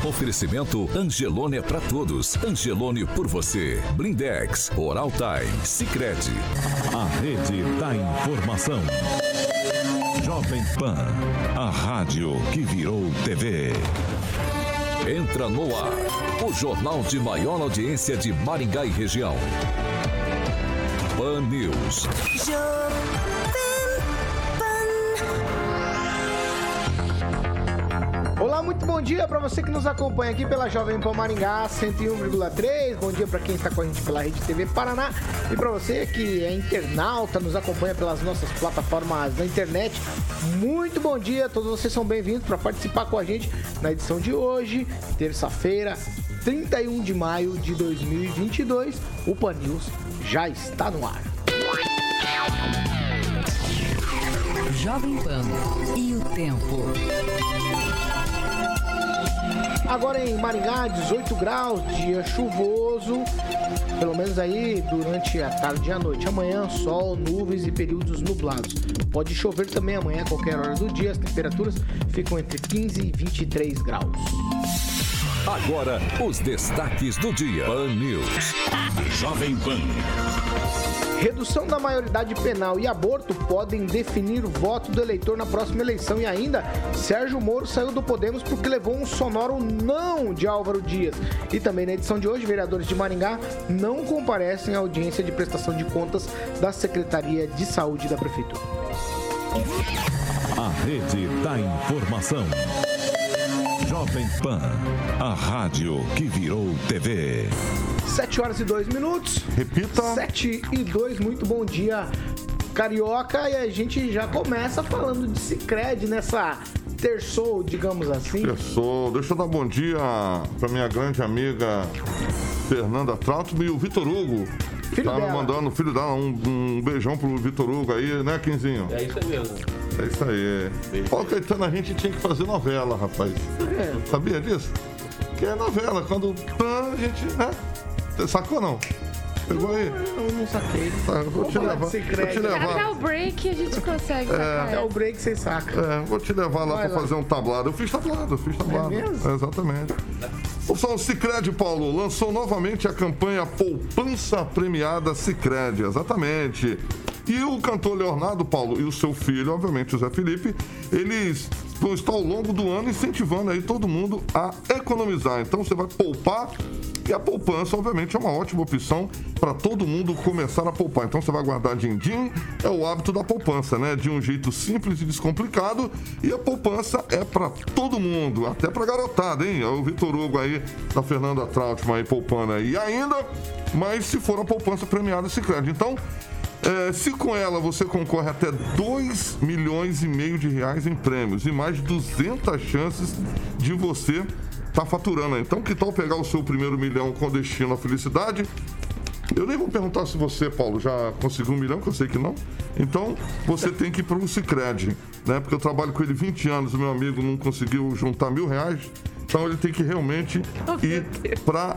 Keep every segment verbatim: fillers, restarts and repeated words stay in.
Oferecimento Angelone é pra todos. Angelone por você. Blindex, Oral Time, Sicredi. A rede da informação. Jovem Pan, a rádio que virou T V. Entra no ar, o jornal de maior audiência de Maringá e região. Pan News. Olá, muito bom dia para você que nos acompanha aqui pela Jovem Pan Maringá cento e um vírgula três. Bom dia para quem está com a gente pela Rede T V Paraná e para você que é internauta, nos acompanha pelas nossas plataformas da internet. Muito bom dia, todos vocês são bem-vindos para participar com a gente na edição de hoje, terça-feira, trinta e um de maio de dois mil e vinte e dois. O Pan News já está no ar. Jovem Pan e o tempo. Agora em Maringá, dezoito graus, dia chuvoso, pelo menos aí durante a tarde e a noite. Amanhã, sol, nuvens e períodos nublados. Pode chover também amanhã, a qualquer hora do dia. As temperaturas ficam entre quinze e vinte e três graus. Agora, os destaques do dia. Pan News. Jovem Pan. Redução da maioridade penal e aborto podem definir o voto do eleitor na próxima eleição. E ainda, Sérgio Moro saiu do Podemos porque levou um sonoro não de Álvaro Dias. E também na edição de hoje, vereadores de Maringá não comparecem à audiência de prestação de contas da Secretaria de Saúde da Prefeitura. A rede da informação. Jovem Pan, a rádio que virou T V. sete horas e dois minutos. Repita. sete e dois, muito bom dia, Carioca. E a gente já começa falando de Sicredi nessa terçou, digamos assim. Terçou. Deixa eu dar bom dia para minha grande amiga Fernanda Trautmann e o Vitor Hugo. Filho tá me dela. mandando, filho dela, um, um beijão pro Vitor Hugo aí, né, Quinzinho? É isso aí mesmo. É isso aí. Ó, Caetano, a gente tinha que fazer novela, rapaz. É. Sabia disso? Que é novela, quando a gente, né? Você sacou ou não? Pegou aí? Eu não saquei. Tá, eu vou te falar de levar. Vou Sicredi. te levar. Até o break a gente consegue sacar. Até o break você saca. É, vou te levar lá Vai pra lá. fazer um tablado. Eu fiz tablado, eu fiz tablado. É mesmo? É, exatamente. O São Sicredi, Paulo, lançou novamente a campanha Poupança Premiada Sicredi. Exatamente. E o cantor Leonardo, Paulo, e o seu filho, obviamente, o Zé Felipe, eles vão estar ao longo do ano incentivando aí todo mundo a economizar. Então você vai poupar. E a poupança, obviamente, é uma ótima opção para todo mundo começar a poupar. Então, você vai guardar din-din, é o hábito da poupança, né? De um jeito simples e descomplicado. E a poupança é para todo mundo, até para garotada, hein? É o Vitor Hugo aí, da Fernanda Trautmann aí, poupando aí. E ainda, mas se for a poupança premiada Sicredi. Então, é, se com ela você concorre até dois milhões e meio de reais em prêmios e mais de duzentas chances de você tá faturando. Então, que tal pegar o seu primeiro milhão com destino à felicidade? Eu nem vou perguntar se você, Paulo, já conseguiu um milhão, que eu sei que não. Então, você tem que ir para o Sicredi, né? Porque eu trabalho com ele vinte anos, o meu amigo não conseguiu juntar mil reais. Então, ele tem que realmente ir para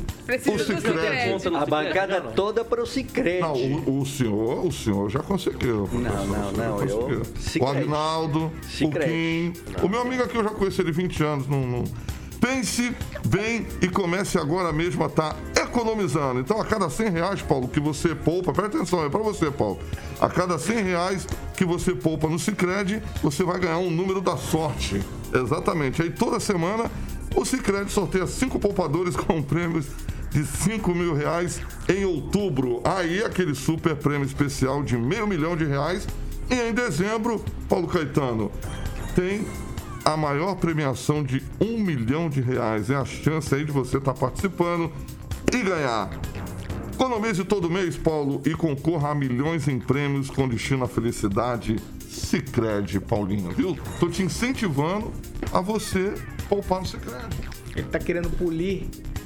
o Sicredi. A bancada toda para o Sicredi. Não, o, o senhor, o senhor já conseguiu. Não, não, não, eu- O Sicredi. Agnaldo, o Sicredi. Kim. O meu amigo aqui, eu já conheço ele vinte anos, não... não... Pense bem e comece agora mesmo a estar economizando. Então, a cada cem reais, Paulo, que você poupa, presta atenção, é para você, Paulo. A cada cem reais que você poupa no Sicredi, você vai ganhar um número da sorte. Exatamente. Aí, toda semana, o Sicredi sorteia cinco poupadores com prêmios de cinco mil reais em outubro. Aí, aquele super prêmio especial de meio milhão de reais. E em dezembro, Paulo Caetano, tem a maior premiação de um milhão de reais. É a chance aí de você estar participando e ganhar. Economize todo mês, Paulo, e concorra a milhões em prêmios com destino à felicidade. Sicredi, Paulinho, viu? Tô te incentivando a você poupar no Sicredi. Ele tá querendo polir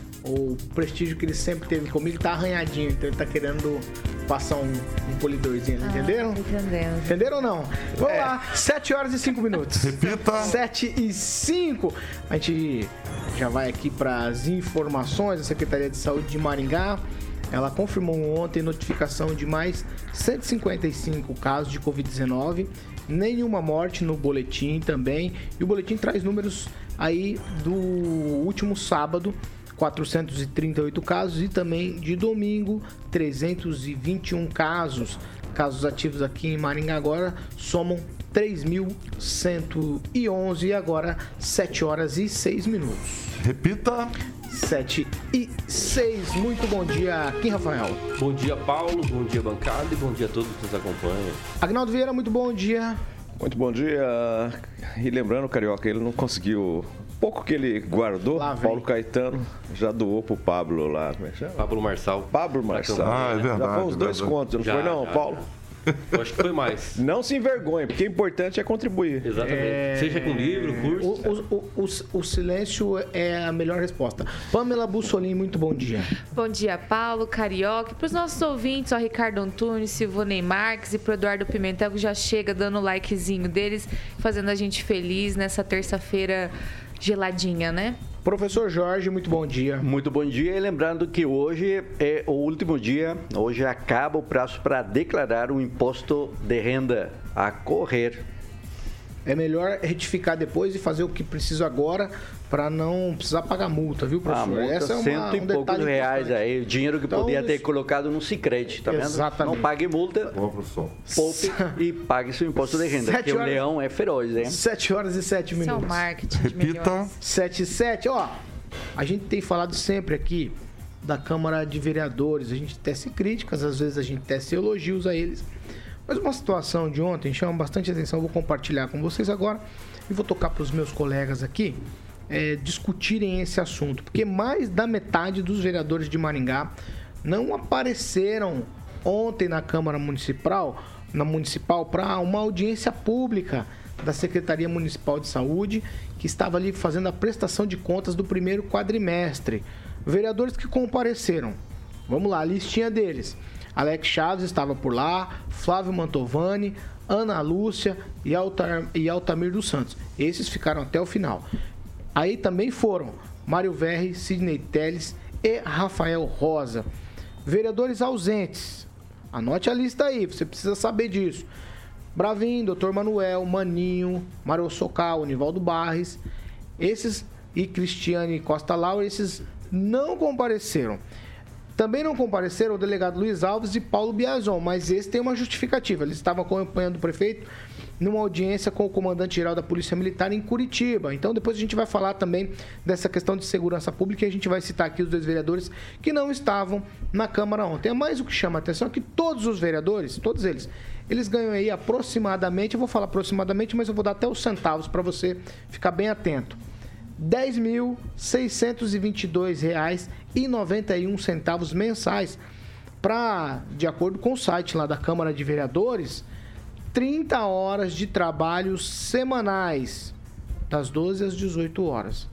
o prestígio que ele sempre teve comigo, tá arranhadinho. Então ele tá querendo passar um, um polidorzinho, Ah, entenderam? entendendo. Entenderam ou não? Vamos É. lá, sete horas e cinco minutos. Repita. sete e cinco. A gente já vai aqui para as informações. A Secretaria de Saúde de Maringá, ela confirmou ontem notificação de mais cento e cinquenta e cinco casos de covid dezenove nenhuma morte no boletim também. E o boletim traz números aí do último sábado, quatrocentos e trinta e oito casos, e também de domingo, trezentos e vinte e um casos. Casos ativos aqui em Maringá agora somam três mil cento e onze e agora sete horas e seis minutos. Repita. sete e seis. Muito bom dia, Kim Rafael. Bom dia, Paulo. Bom dia, bancada. E bom dia a todos que nos acompanham. Agnaldo Vieira, muito bom dia. Muito bom dia. E lembrando, Carioca, ele não conseguiu... Pouco que ele guardou, Paulo Caetano já doou pro Pablo lá. Como é que chama? Pablo Marçal. Pablo Marçal. Ah, é verdade. Já foi uns é dois verdade. contos, não Já, foi não, já, Paulo? Já. Eu acho que foi mais. Não se envergonhe, porque o importante é contribuir. Exatamente. É... Seja com livro, curso. O, o, o, o silêncio é a melhor resposta. Pamela Bussolini, muito bom dia. Bom dia, Paulo, Carioca. Para os nossos ouvintes, ó, Ricardo Antunes, Silvonei Marques e pro Eduardo Pimentel, que já chega dando o likezinho deles, fazendo a gente feliz nessa terça-feira geladinha, né? Professor Jorge, muito bom dia. Muito bom dia, e lembrando que hoje é o último dia, hoje acaba o prazo para declarar o imposto de renda a correr. É melhor retificar depois e fazer o que precisa agora para não precisar pagar multa, viu, professor? A multa, Essa é uma, cento e um poucos detalhe reais importante. aí, o dinheiro que Então, podia ter isso... colocado no Sicredi, tá vendo? Exatamente. Não pague multa, Boa, professor. poupe e pague seu imposto de renda, Sete porque horas... o leão é feroz, hein? sete horas e sete Isso é o minutos. marketing de Repita. milhões. sete e sete, ó. A gente tem falado sempre aqui da Câmara de Vereadores. A gente tece críticas, às vezes a gente tece elogios a eles. Mas uma situação de ontem chama bastante atenção. Vou compartilhar com vocês agora e vou tocar para os meus colegas aqui é, discutirem esse assunto. Porque mais da metade dos vereadores de Maringá não apareceram ontem na Câmara Municipal, na Municipal para uma audiência pública da Secretaria Municipal de Saúde, que estava ali fazendo a prestação de contas do primeiro quadrimestre. Vereadores que compareceram. Vamos lá, a listinha deles. Alex Chaves estava por lá, Flávio Mantovani, Ana Lúcia e, Altar, e Altamir dos Santos. Esses ficaram até o final. Aí também foram Mário Verri, Sidney Teles e Rafael Rosa. Vereadores ausentes. Anote a lista aí, você precisa saber disso. Bravinho, doutor Manuel, Maninho, Mário Socal, Nivaldo Barres, esses e Cristiane Costa Laura, esses não compareceram. Também não compareceram o delegado Luiz Alves e Paulo Biazon, mas esse tem uma justificativa. Eles estavam acompanhando o prefeito numa audiência com o comandante-geral da Polícia Militar em Curitiba. Então depois a gente vai falar também dessa questão de segurança pública e a gente vai citar aqui os dois vereadores que não estavam na Câmara ontem. É mais o que chama a atenção é que todos os vereadores, todos eles, eles ganham aí aproximadamente, eu vou falar aproximadamente, mas eu vou dar até os centavos para você ficar bem atento. dez mil seiscentos e vinte e dois reais e noventa e um centavos mensais. Para, de acordo com o site lá da Câmara de Vereadores, trinta horas de trabalho semanais, das doze às dezoito horas.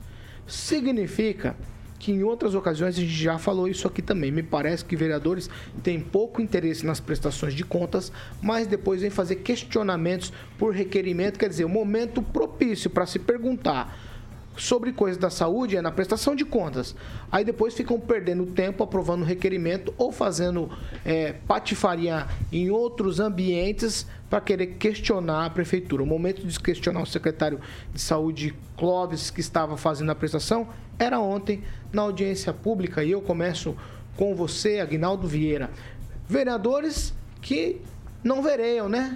Significa que em outras ocasiões a gente já falou isso aqui também. Me parece que vereadores têm pouco interesse nas prestações de contas, mas depois vem fazer questionamentos por requerimento. Quer dizer, o momento propício para se perguntar sobre coisas da saúde é na prestação de contas. Aí depois ficam perdendo tempo aprovando requerimento ou fazendo é, patifaria em outros ambientes para querer questionar a prefeitura. O momento de questionar o secretário de saúde, Clóvis, que estava fazendo a prestação, era ontem na audiência pública. E eu começo com você, Agnaldo Vieira. Vereadores que não vereiam, né?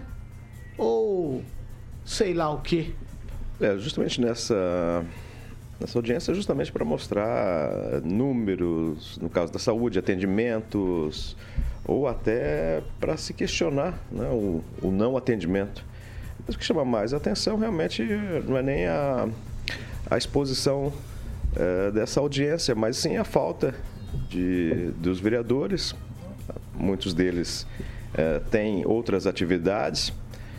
Ou sei lá o quê. É, justamente nessa... Nessa audiência, justamente para mostrar números, no caso da saúde, atendimentos, ou até para se questionar, né, o, o não atendimento. Mas o que chama mais a atenção realmente não é nem a, a exposição é, dessa audiência, mas sim a falta de, dos vereadores. Muitos deles é, têm outras atividades,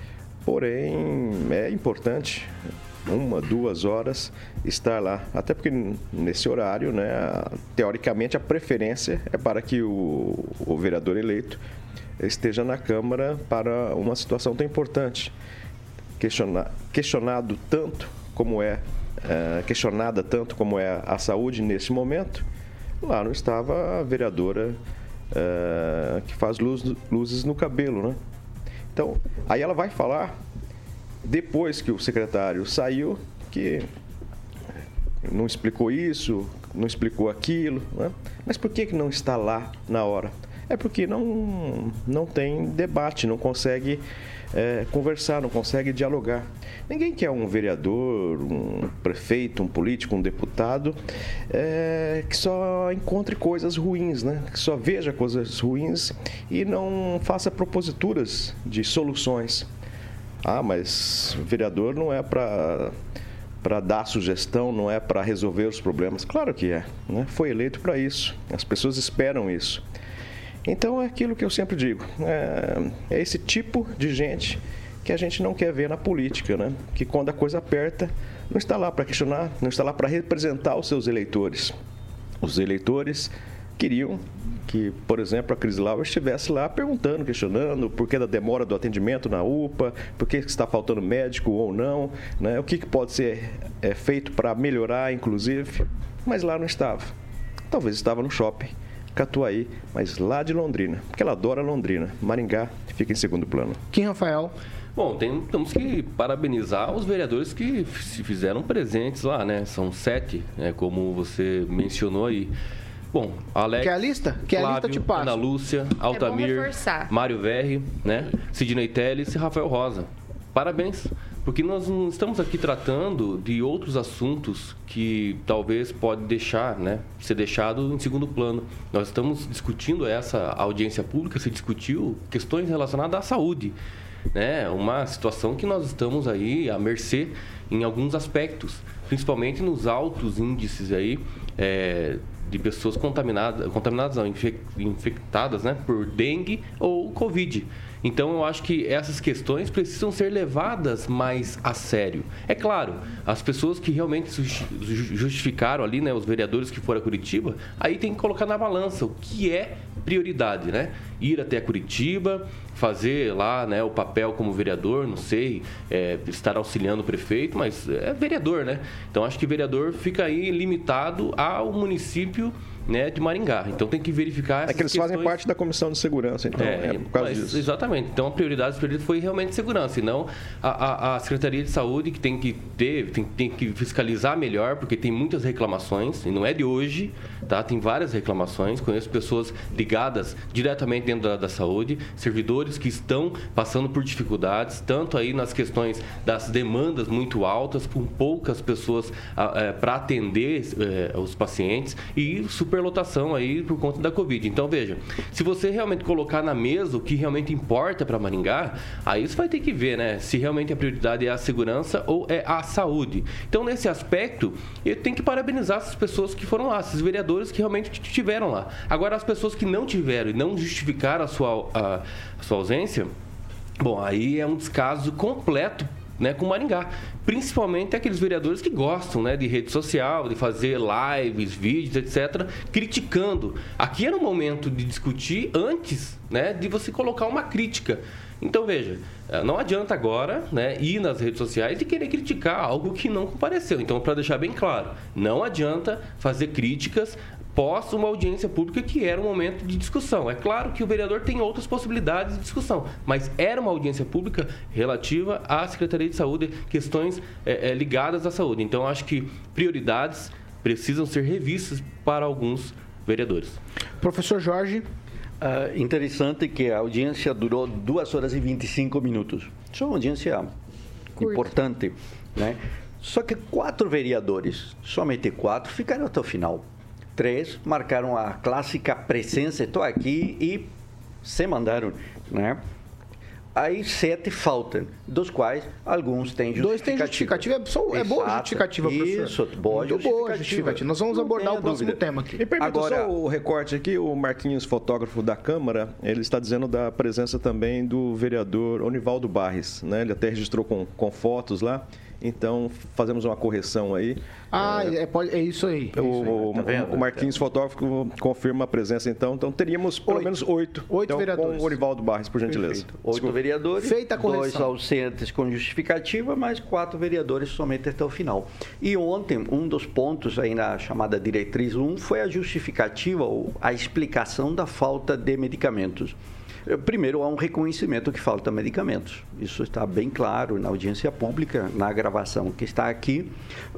porém é importante uma, duas horas estar lá, até porque nesse horário, né, teoricamente a preferência é para que o, o vereador eleito esteja na Câmara para uma situação tão importante, Questiona, questionado tanto como é, é questionada tanto como é a saúde nesse momento. Lá não estava a vereadora é, que faz luz, luzes no cabelo, né? Então, aí ela vai falar depois que o secretário saiu, que não explicou isso, não explicou aquilo, né? Mas por que que não está lá na hora? É porque não, não tem debate, não consegue é, conversar, não consegue dialogar. Ninguém quer um vereador, um prefeito, um político, um deputado é, que só encontre coisas ruins, né? Que só veja coisas ruins e não faça proposituras de soluções. Ah, mas o vereador não é para para dar sugestão, não é para resolver os problemas. Claro que é, né? Foi eleito para isso. As pessoas esperam isso. Então é aquilo que eu sempre digo. É, é esse tipo de gente que a gente não quer ver na política, né? Que quando a coisa aperta, não está lá para questionar, não está lá para representar os seus eleitores. Os eleitores queriam que, por exemplo, a Cris Lauer estivesse lá perguntando, questionando o porquê da demora do atendimento na U P A, por que está faltando médico ou não, né? O que pode ser é, feito para melhorar, inclusive, mas lá não estava. Talvez estava no shopping, Catuaí, mas lá de Londrina, porque ela adora Londrina. Maringá fica em segundo plano. Kim Rafael. Bom, tem, temos que parabenizar os vereadores que se fizeram presentes lá, né? São sete, né? Como você mencionou aí. Bom, Alex, Quer a lista? Quer Flávio, a lista, te passo. Ana Lúcia, Altamir, Mário Verri, né? Sidney Telles e Rafael Rosa. Parabéns, porque nós não estamos aqui tratando de outros assuntos que talvez pode deixar, né, ser deixado em segundo plano. Nós estamos discutindo essa audiência pública, se discutiu questões relacionadas à saúde, né? Uma situação que nós estamos aí à mercê em alguns aspectos, principalmente nos altos índices aí, é, de pessoas contaminadas, contaminadas não, infectadas, né, por dengue ou Covid. Então, eu acho que essas questões precisam ser levadas mais a sério. É claro, as pessoas que realmente justificaram ali, né, os vereadores que foram a Curitiba, aí tem que colocar na balança o que é prioridade, né? Ir até Curitiba, fazer lá, né, o papel como vereador, não sei, é, estar auxiliando o prefeito, mas é vereador, né? Então, acho que vereador fica aí limitado ao município, né, de Maringá. Então tem que verificar essas É que eles questões. fazem parte da comissão de segurança, então é, é por causa mas, disso. Exatamente. Então a prioridade foi realmente segurança, e não a, a, a Secretaria de Saúde, que tem que ter, tem, tem que fiscalizar melhor, porque tem muitas reclamações, e não é de hoje, tá? Tem várias reclamações. Conheço pessoas ligadas diretamente dentro da, da saúde, servidores que estão passando por dificuldades, tanto aí nas questões das demandas muito altas, com poucas pessoas é, para atender é, os pacientes, e super lotação aí por conta da Covid. Então, veja, se você realmente colocar na mesa o que realmente importa para Maringá, aí você vai ter que ver, né, se realmente a prioridade é a segurança ou é a saúde. Então, nesse aspecto, eu tenho que parabenizar essas pessoas que foram lá, esses vereadores que realmente estiveram lá. Agora, as pessoas que não tiveram e não justificaram a sua, a, a sua ausência, bom, aí é um descaso completo, né, com Maringá, principalmente aqueles vereadores que gostam, né, de rede social, de fazer lives, vídeos, etcétera, criticando. Aqui era o momento de discutir antes, né, de você colocar uma crítica. Então, veja, não adianta agora, né, ir nas redes sociais e querer criticar algo que não compareceu. Então, para deixar bem claro, não adianta fazer críticas pós uma audiência pública que era um momento de discussão. É claro que o vereador tem outras possibilidades de discussão, mas era uma audiência pública relativa à Secretaria de Saúde, questões é, é, ligadas à saúde. Então, acho que prioridades precisam ser revistas para alguns vereadores. Professor Jorge. Uh, interessante que a audiência durou duas horas e vinte e cinco minutos. Isso é uma audiência Curto. importante, né? Só que quatro vereadores, somente quatro, ficaram até o final. Três marcaram a clássica presença, estou aqui, e se mandaram, né? Aí sete faltam, dos quais alguns têm justificativa. Dois têm justificativa, é, só, é boa justificativa, professor. Isso, boa Muito justificativa. boa justificativa. Nós vamos Não abordar o próximo dúvida. tema aqui. Me permita Agora, só o recorte aqui, o Marquinhos, fotógrafo da Câmara, ele está dizendo da presença também do vereador Onivaldo Barres, né? Ele até registrou com, com fotos lá. Então, fazemos uma correção aí. Ah, é, é, pode, é isso aí. É o, isso aí. Tá o Marquinhos, fotógrafo, confirma a presença, então. Então, teríamos pelo oito. menos oito. Oito então, vereadores. Com o Onivaldo Barres, por gentileza. Perfeito. Oito vereadores, Feita a correção. dois ausentes com justificativa, mais quatro vereadores somente até o final. E ontem, um dos pontos aí na chamada diretriz um foi a justificativa ou a explicação da falta de medicamentos. Primeiro, há um reconhecimento que falta medicamentos. Isso está bem claro na audiência pública, na gravação que está aqui.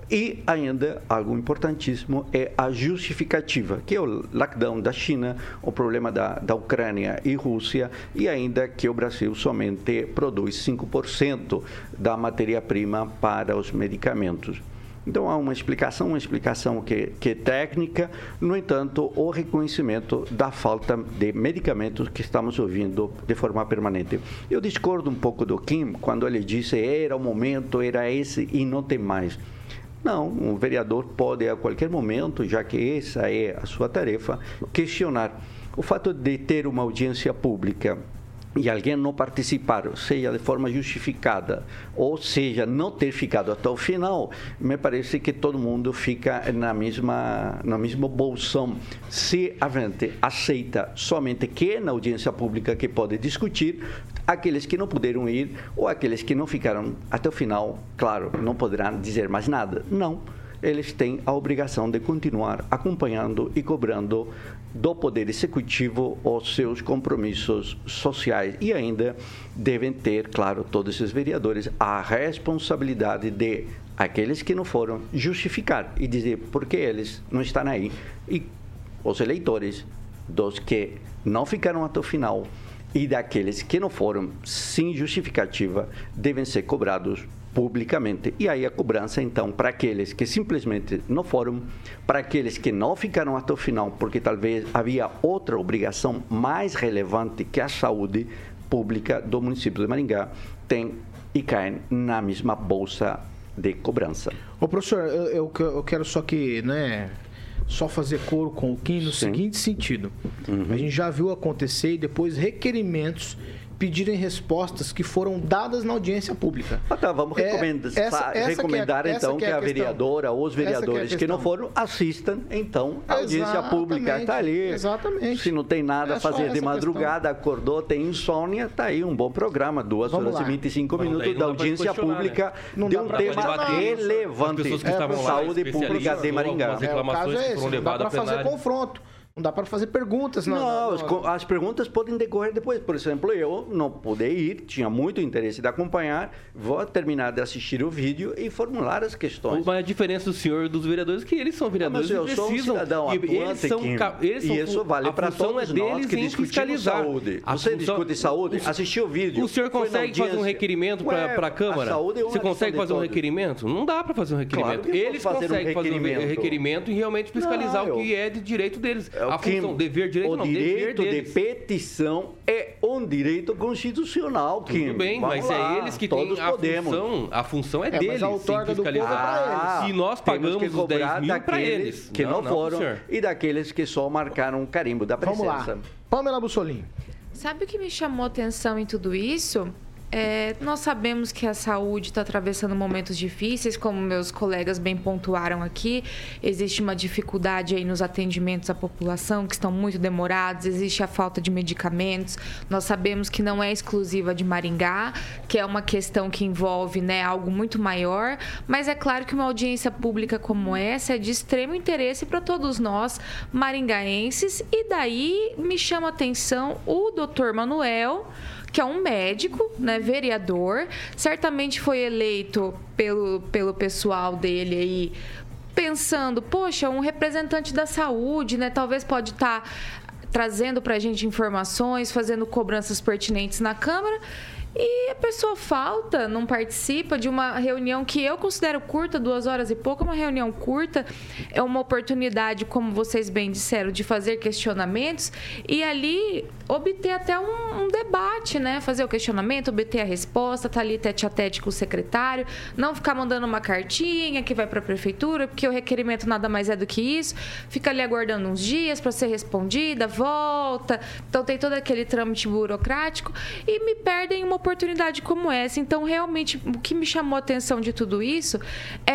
E ainda, algo importantíssimo, é a justificativa, que é o lockdown da China, o problema da, da Ucrânia e Rússia, e ainda que o Brasil somente produz cinco por cento da matéria-prima para os medicamentos. Então, há uma explicação, uma explicação que, que é técnica, no entanto, o reconhecimento da falta de medicamentos que estamos ouvindo de forma permanente. Eu discordo um pouco do Kim, quando ele disse era o momento, era esse e não tem mais. Não, um vereador pode a qualquer momento, já que essa é a sua tarefa, questionar. O fato de ter uma audiência pública e alguém não participar, seja de forma justificada, ou seja, não ter ficado até o final, me parece que todo mundo fica na mesma, no mesmo bolsão. Se a gente aceita somente que é na audiência pública que pode discutir, aqueles que não puderam ir, ou aqueles que não ficaram até o final, claro, não poderão dizer mais nada. Não. Eles têm a obrigação de continuar acompanhando e cobrando do Poder Executivo os seus compromissos sociais. E ainda devem ter, claro, todos esses vereadores, a responsabilidade de aqueles que não foram justificar e dizer por que eles não estão aí. E os eleitores dos que não ficaram até o final e daqueles que não foram sem justificativa devem ser cobrados publicamente. E aí a cobrança, então, para aqueles que simplesmente não foram, para aqueles que não ficaram até o final, porque talvez havia outra obrigação mais relevante que a saúde pública do município de Maringá, tem e caem na mesma bolsa de cobrança. Ô, professor, eu, eu, eu quero só que, né, só fazer coro com o Kim no Sim. seguinte sentido. Uhum. A gente já viu acontecer e depois requerimentos pedirem respostas que foram dadas na audiência pública. Ah, tá, vamos é, recomendar, essa, essa recomendar que é, então que, que a, a vereadora ou os vereadores que, é que não foram assistam então a audiência pública. Está ali. Exatamente. Se não tem nada a é fazer de madrugada, questão. Acordou, tem insônia, está aí um bom programa, duas vamos horas lá. e vinte e cinco Mas minutos da audiência pública né? de um tema relevante. Que é, saúde pública de Maringá. É, o caso é esse, não dá para fazer confronto. Não dá para fazer perguntas. Não, não, as, não, as perguntas podem decorrer depois. Por exemplo, eu não pude ir, tinha muito interesse de acompanhar, vou terminar de assistir o vídeo e formular as questões. Mas a diferença do senhor dos vereadores é que eles são vereadores ah, mas eu e sou precisam... um cidadão atuante, eles são, eles são, e isso vale para todos é nós que discutimos fiscalizar. saúde. A Você função, discute saúde? O, assistiu o vídeo? O senhor consegue fazer um requerimento para a Câmara? A saúde é uma Você consegue fazer um todos. requerimento? Não dá para fazer um requerimento. Claro eles fazer conseguem um fazer um requerimento e realmente fiscalizar não, o que é de direito deles. É a função, dever, direito o não, direito dever de petição é um direito constitucional, Kim. Tudo bem, Vamos mas lá, é eles que todos têm a podemos. função. A função é, é deles. Mas a outorga do povo é ah, e nós pagamos os dez mil para eles. que não, não foram senhor. e daqueles que só marcaram um carimbo da presença. Vamos lá. Pamela Bussolini. Sabe o que me chamou a atenção em tudo isso? É, nós sabemos que a saúde está atravessando momentos difíceis, como meus colegas bem pontuaram aqui. Existe uma dificuldade aí nos atendimentos à população, que estão muito demorados, existe a falta de medicamentos. Nós sabemos que não é exclusiva de Maringá, que é uma questão que envolve, né, algo muito maior, mas é claro que uma audiência pública como essa é de extremo interesse para todos nós maringaenses, e daí me chama a atenção o doutor Manuel, que é um médico, né, vereador, certamente foi eleito pelo, pelo pessoal dele aí, pensando, poxa, um representante da saúde, né, talvez pode estar trazendo para a gente informações, fazendo cobranças pertinentes na Câmara, e a pessoa falta, não participa de uma reunião que eu considero curta, duas horas e pouco, uma reunião curta, é uma oportunidade, como vocês bem disseram, de fazer questionamentos e ali obter até um, um debate, né? Fazer o questionamento, obter a resposta, tá ali tete a tete com o secretário, não ficar mandando uma cartinha que vai para a prefeitura, porque o requerimento nada mais é do que isso, fica ali aguardando uns dias para ser respondida, volta, então tem todo aquele trâmite burocrático e me perdem uma oportunidade como essa. Então, realmente, o que me chamou a atenção de tudo isso é a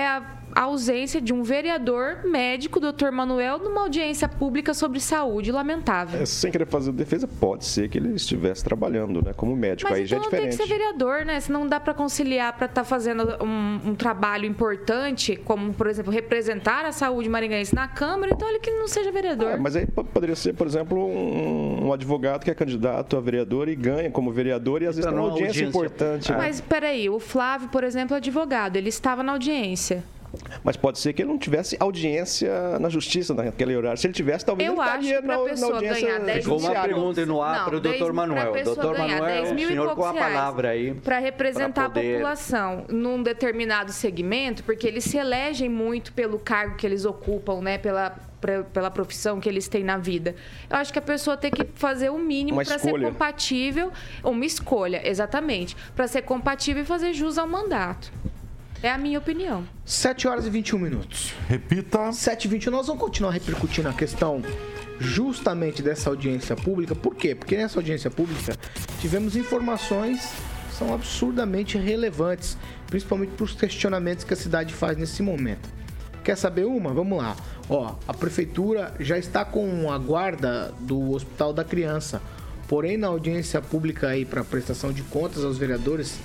a ausência de um vereador médico, doutor Manuel, numa audiência pública sobre saúde. Lamentável. É, sem querer fazer defesa, pode ser que ele estivesse trabalhando, né, como médico. Mas aí então já é não diferente. tem que ser vereador, né? Se não dá para conciliar para estar tá fazendo um, um trabalho importante, como, por exemplo, representar a saúde maringaense na Câmara, então ele que não seja vereador. Ah, mas aí poderia ser, por exemplo, um, um advogado que é candidato a vereador e ganha como vereador e às vezes tem uma audiência, audiência importante. Ah. Mas peraí, o Flávio, por exemplo, é advogado, ele estava na audiência. Mas pode ser que ele não tivesse audiência na justiça naquele horário. Se ele tivesse, talvez eu ele estaria na, na, na audiência. Ficou uma pergunta no ar para o doutor Manuel. doutor Manuel, o senhor com a palavra aí. Para representar poder... a população num determinado segmento, porque eles se elegem muito pelo cargo que eles ocupam, né? Pela, pela profissão que eles têm na vida. Eu acho que a pessoa tem que fazer o mínimo para ser compatível. Uma escolha, exatamente. Para ser compatível e fazer jus ao mandato. É a minha opinião. sete horas e vinte e um minutos. Repita. sete e vinte e um. Nós vamos continuar repercutindo a questão justamente dessa audiência pública. Por quê? Porque nessa audiência pública tivemos informações que são absurdamente relevantes, principalmente para os questionamentos que a cidade faz nesse momento. Quer saber uma? Vamos lá. Ó, a prefeitura já está com a guarda do Hospital da Criança. Porém, na audiência pública aí para prestação de contas aos vereadores,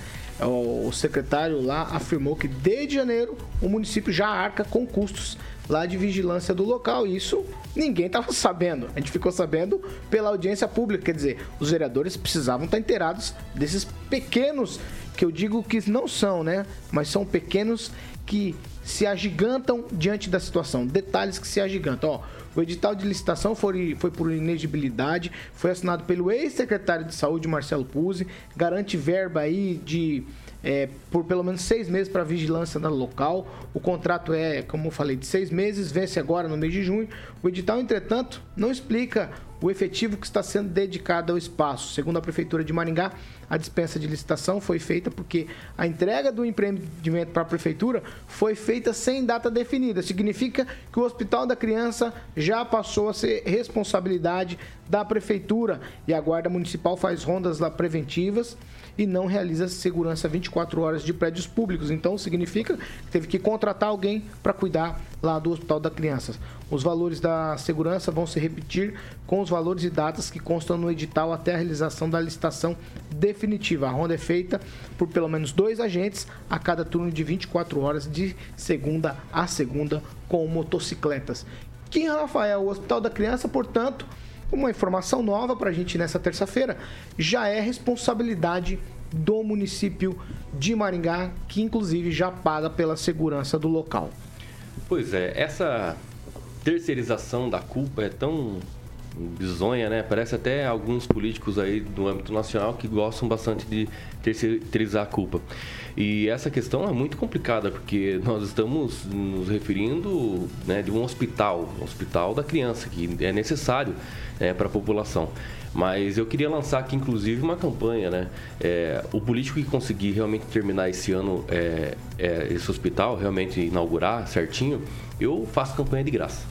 o secretário lá afirmou que desde janeiro o município já arca com custos lá de vigilância do local. Isso ninguém estava sabendo. A gente ficou sabendo pela audiência pública. Quer dizer, os vereadores precisavam estar inteirados desses pequenos, que eu digo que não são, né? Mas são pequenos que se agigantam diante da situação. Detalhes que se agigantam. Ó, o edital de licitação foi, foi por inegibilidade, foi assinado pelo ex-secretário de Saúde, Marcelo Puzzi, garante verba aí de, é, por pelo menos seis meses para vigilância no local. O contrato é, como eu falei, de seis meses, vence agora no mês de junho. O edital, entretanto, não explica o efetivo que está sendo dedicado ao espaço. Segundo a Prefeitura de Maringá, a dispensa de licitação foi feita porque a entrega do empreendimento para a Prefeitura foi feita sem data definida. Significa que o Hospital da Criança já passou a ser responsabilidade da Prefeitura e a Guarda Municipal faz rondas lá preventivas e não realiza segurança vinte e quatro horas de prédios públicos. Então, significa que teve que contratar alguém para cuidar lá do Hospital da Criança. Os valores da segurança vão se repetir com os valores e datas que constam no edital até a realização da licitação definitiva. A ronda é feita por pelo menos dois agentes a cada turno de vinte e quatro horas, de segunda a segunda, com motocicletas. Aqui em Rafael, o Hospital da Criança, portanto, uma informação nova para a gente nessa terça-feira, já é responsabilidade do município de Maringá, que inclusive já paga pela segurança do local. Pois é, essa terceirização da culpa é tão bizonha, né? Parece até alguns políticos aí do âmbito nacional que gostam bastante de terceirizar a culpa. E essa questão é muito complicada, porque nós estamos nos referindo, né, de um hospital, um hospital da criança, que é necessário, né, para a população. Mas eu queria lançar aqui, inclusive, uma campanha, né? É, o político que conseguir realmente terminar esse ano, é, é, esse hospital, realmente inaugurar certinho, eu faço campanha de graça.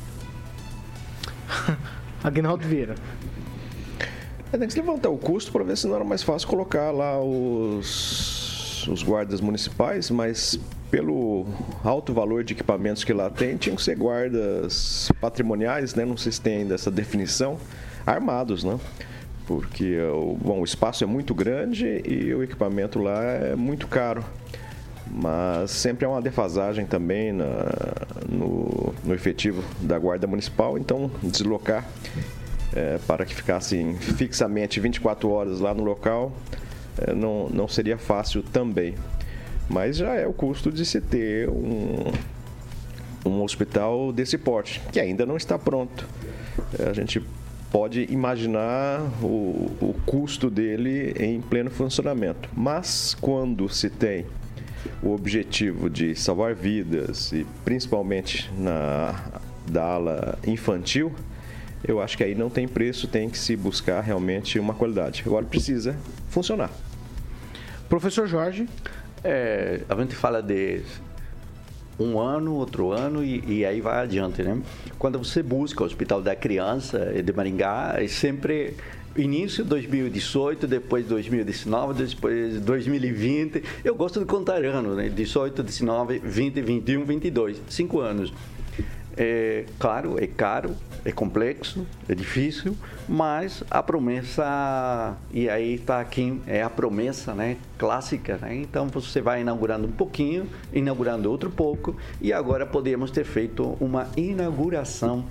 Aguinaldo Vieira. É, tem que se levantar o custo para ver se não era mais fácil colocar lá os, os guardas municipais, mas pelo alto valor de equipamentos que lá tem, tinham que ser guardas patrimoniais, né? Não sei se tem ainda essa definição, armados, né? Porque bom, o espaço é muito grande e o equipamento lá é muito caro. Mas sempre há uma defasagem também na, no, no efetivo da Guarda Municipal, então deslocar é, para que ficassem fixamente vinte e quatro horas lá no local é, não, não seria fácil também. Mas já é o custo de se ter um, um hospital desse porte, que ainda não está pronto. É, a gente pode imaginar o, o custo dele em pleno funcionamento, mas quando se tem o objetivo de salvar vidas e principalmente na da ala infantil, eu acho que aí não tem preço, tem que se buscar realmente uma qualidade. Agora precisa funcionar. Professor Jorge. É, a gente fala de um ano, outro ano e, e aí vai adiante, né? Quando você busca o Hospital da Criança de Maringá, é sempre início de dois mil e dezoito, depois dois mil e dezenove, depois dois mil e vinte. Eu gosto de contar anos, né? dezoito, dezenove, vinte, vinte e um, vinte e dois. Cinco anos. É claro, é caro, é complexo, é difícil, mas a promessa, e aí está aqui, é a promessa, né, clássica, né? Então você vai inaugurando um pouquinho, inaugurando outro pouco, e agora podemos ter feito uma inauguração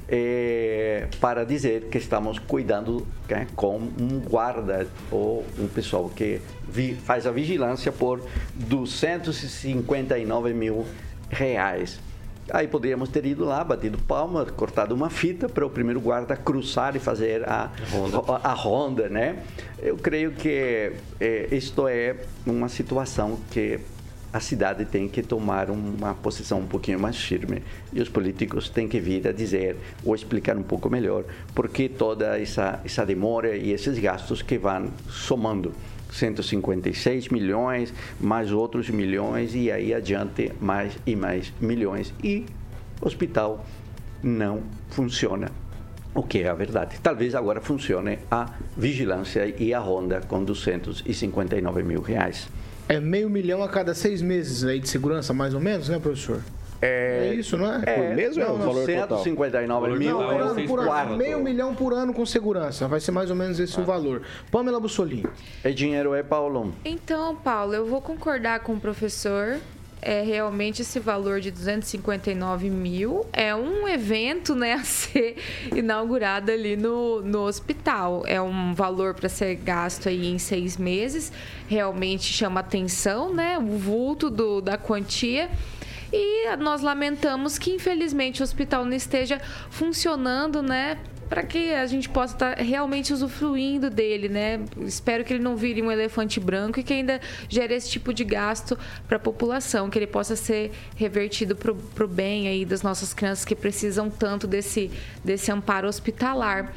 é, para dizer que estamos cuidando, né, com um guarda ou um pessoal que vi, faz a vigilância por duzentos e cinquenta e nove mil reais. Aí poderíamos ter ido lá, batido palma, cortado uma fita para o primeiro guarda cruzar e fazer a ronda, a, a ronda, né? Eu creio que é, isto é uma situação que a cidade tem que tomar uma posição um pouquinho mais firme e os políticos têm que vir a dizer ou explicar um pouco melhor por que toda essa, essa demora e esses gastos que vão somando. cento e cinquenta e seis milhões, mais outros milhões, e aí adiante mais e mais milhões. E o hospital não funciona, o que é a verdade. Talvez agora funcione a vigilância e a ronda com duzentos e cinquenta e nove mil reais. É meio milhão a cada seis meses aí de segurança, mais ou menos, né, professor? É, é isso, não é? É, por mês ou é o valor cento e cinquenta e nove mil por ano, por ano, meio milhão por ano com segurança. Vai ser mais ou menos esse ah. o valor. Pamela Bussolini. É dinheiro, é, Paulo? Então, Paulo, eu vou concordar com o professor. É realmente esse valor de duzentos e cinquenta e nove mil é um evento, né, a ser inaugurado ali no, no hospital. É um valor para ser gasto aí em seis meses. Realmente chama atenção, né, o vulto do, da quantia. E nós lamentamos que, infelizmente, o hospital não esteja funcionando, né? Para que a gente possa estar realmente usufruindo dele, né? Espero que ele não vire um elefante branco e que ainda gere esse tipo de gasto para a população, que ele possa ser revertido para o bem aí das nossas crianças que precisam tanto desse, desse amparo hospitalar.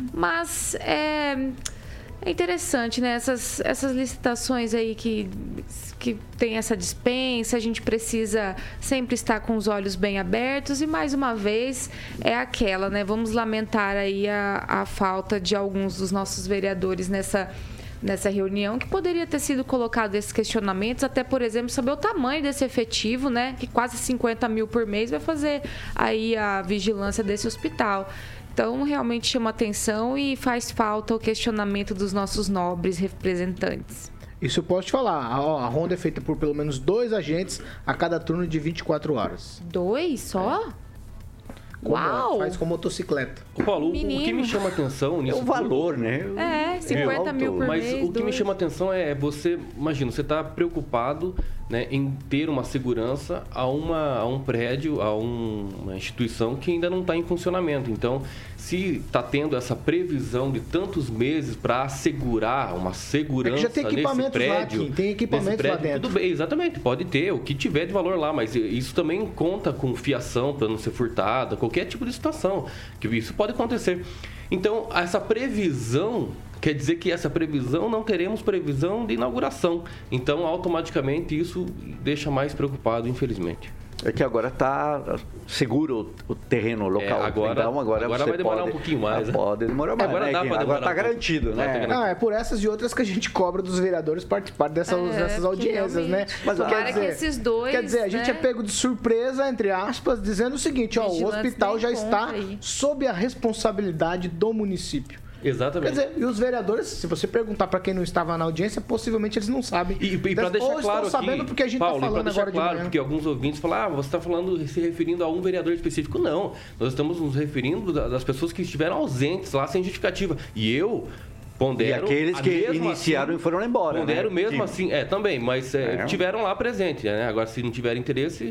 Mas é... É interessante, né? Essas, essas licitações aí que, que tem essa dispensa, a gente precisa sempre estar com os olhos bem abertos e, mais uma vez, é aquela, né? Vamos lamentar aí a, a falta de alguns dos nossos vereadores nessa, nessa reunião, que poderia ter sido colocado esses questionamentos, até, por exemplo, saber o tamanho desse efetivo, né? Que quase cinquenta mil por mês vai fazer aí a vigilância desse hospital. Então, realmente chama atenção e faz falta o questionamento dos nossos nobres representantes. Isso eu posso te falar. A, a ronda é feita por pelo menos dois agentes a cada turno de vinte e quatro horas. Dois só? É. Como Uau! Faz com motocicleta. Ô, Paulo, Menino. o que me chama atenção nisso... É o valor, né? É, cinquenta mil por Mas mês. Mas o que dois. me chama atenção é você... Imagina, você está preocupado, né, em ter uma segurança a, uma, a um prédio, a um, uma instituição que ainda não está em funcionamento. Então, se está tendo essa previsão de tantos meses para assegurar uma segurança é que já tem equipamentos nesse prédio... Lá, Kim, tem equipamentos prédio, lá dentro. Tudo bem, exatamente. Pode ter, o que tiver de valor lá, mas isso também conta com fiação para não ser furtada, qualquer tipo de situação, que isso pode acontecer. Então, essa previsão... Quer dizer que essa previsão, não teremos previsão de inauguração. Então, automaticamente, isso deixa mais preocupado, infelizmente. É que agora está seguro o terreno local. É, agora então, agora, agora você vai demorar pode, um pouquinho mais. Né? Pode demorar mais. Agora né? dá para demorar. Agora está um garantido, né? Não, é por essas e outras que a gente cobra dos vereadores participar dessas, É, dessas audiências, né? Mas quer para dizer, que esses dois... Quer dizer, a gente né? é pego de surpresa, entre aspas, dizendo o seguinte, ó, o hospital já está aí. sob a responsabilidade do município. Exatamente. Quer dizer, e os vereadores, se você perguntar para quem não estava na audiência, possivelmente eles não sabem. E, e para deixar Ou claro estão sabendo aqui, porque a gente Paulo, está falando deixar agora claro, de manhã. porque alguns ouvintes falam, ah, você está falando, se referindo a um vereador específico. Não, nós estamos nos referindo das pessoas que estiveram ausentes lá sem justificativa. E eu... Pondero, e aqueles que iniciaram assim, e foram embora. Pondero né? mesmo Sim. assim, é, também, mas é, é. tiveram lá presente, né? Agora, se não tiver interesse,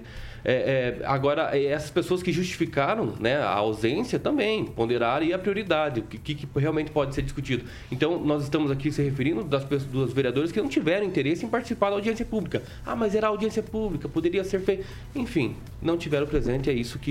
é, é, agora, essas pessoas que justificaram, né, a ausência também, ponderaram e a prioridade, o que, que realmente pode ser discutido. Então, nós estamos aqui se referindo das, dos vereadores que não tiveram interesse em participar da audiência pública. Ah, mas era audiência pública, poderia ser feito. Enfim, não tiveram presente, é isso que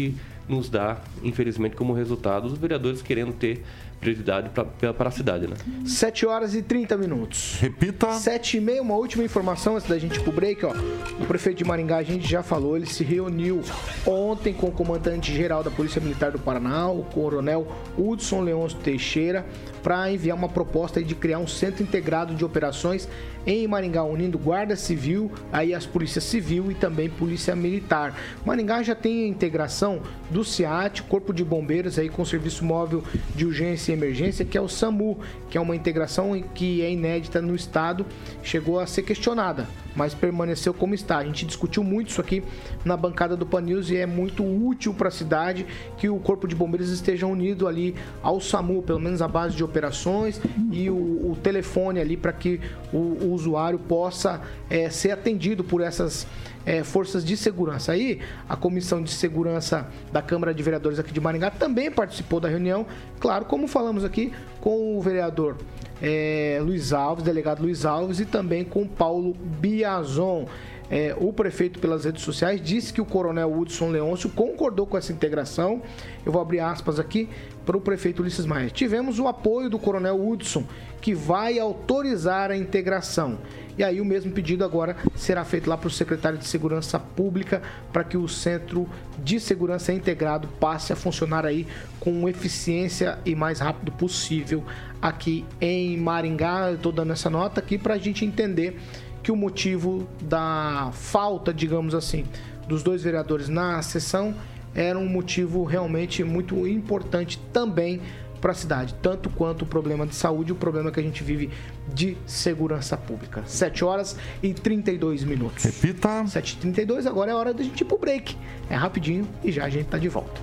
nos dá, infelizmente, como resultado, os vereadores querendo ter prioridade para a cidade, né? sete horas e trinta minutos. Repita. sete e meia, uma última informação antes da gente ir pro break, ó. O prefeito de Maringá, a gente já falou, ele se reuniu ontem com o comandante-geral da Polícia Militar do Paraná, o coronel Hudson Leôncio Teixeira, para enviar uma proposta aí de criar um centro integrado de operações em Maringá, unindo Guarda Civil, aí as Polícias Civil e também Polícia Militar. Maringá já tem a integração do SEAT, Corpo de Bombeiros, aí com o Serviço Móvel de Urgência e Emergência, que é o SAMU, que é uma integração que é inédita no estado, chegou a ser questionada, mas permaneceu como está. A gente discutiu muito isso aqui na bancada do Pan News e é muito útil para a cidade que o Corpo de Bombeiros esteja unido ali ao SAMU, pelo menos a base de operações e o, o telefone ali para que o, o usuário possa é, ser atendido por essas É, forças de segurança. Aí, a Comissão de Segurança da Câmara de Vereadores aqui de Maringá também participou da reunião, claro, como falamos aqui, com o vereador é, Luiz Alves, delegado Luiz Alves, e também com Paulo Biazon. É, o prefeito, pelas redes sociais, disse que o coronel Hudson Leôncio concordou com essa integração. Eu vou abrir aspas aqui para o prefeito Ulisses Maia. Tivemos o apoio do coronel Hudson, que vai autorizar a integração. E aí o mesmo pedido agora será feito lá para o secretário de Segurança Pública para que o Centro de Segurança Integrado passe a funcionar aí com eficiência e mais rápido possível aqui em Maringá. Eu estou dando essa nota aqui para a gente entender que o motivo da falta, digamos assim, dos dois vereadores na sessão era um motivo realmente muito importante também para a cidade, tanto quanto o problema de saúde e o problema que a gente vive de segurança pública. sete horas e trinta e dois minutos. Repita. sete e trinta e dois, agora é hora da gente ir pro break. É rapidinho e já a gente tá de volta.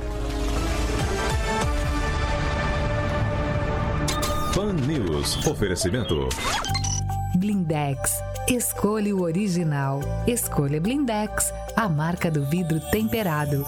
Pan News. Oferecimento. Blindex. Escolha o original. Escolha Blindex, a marca do vidro temperado.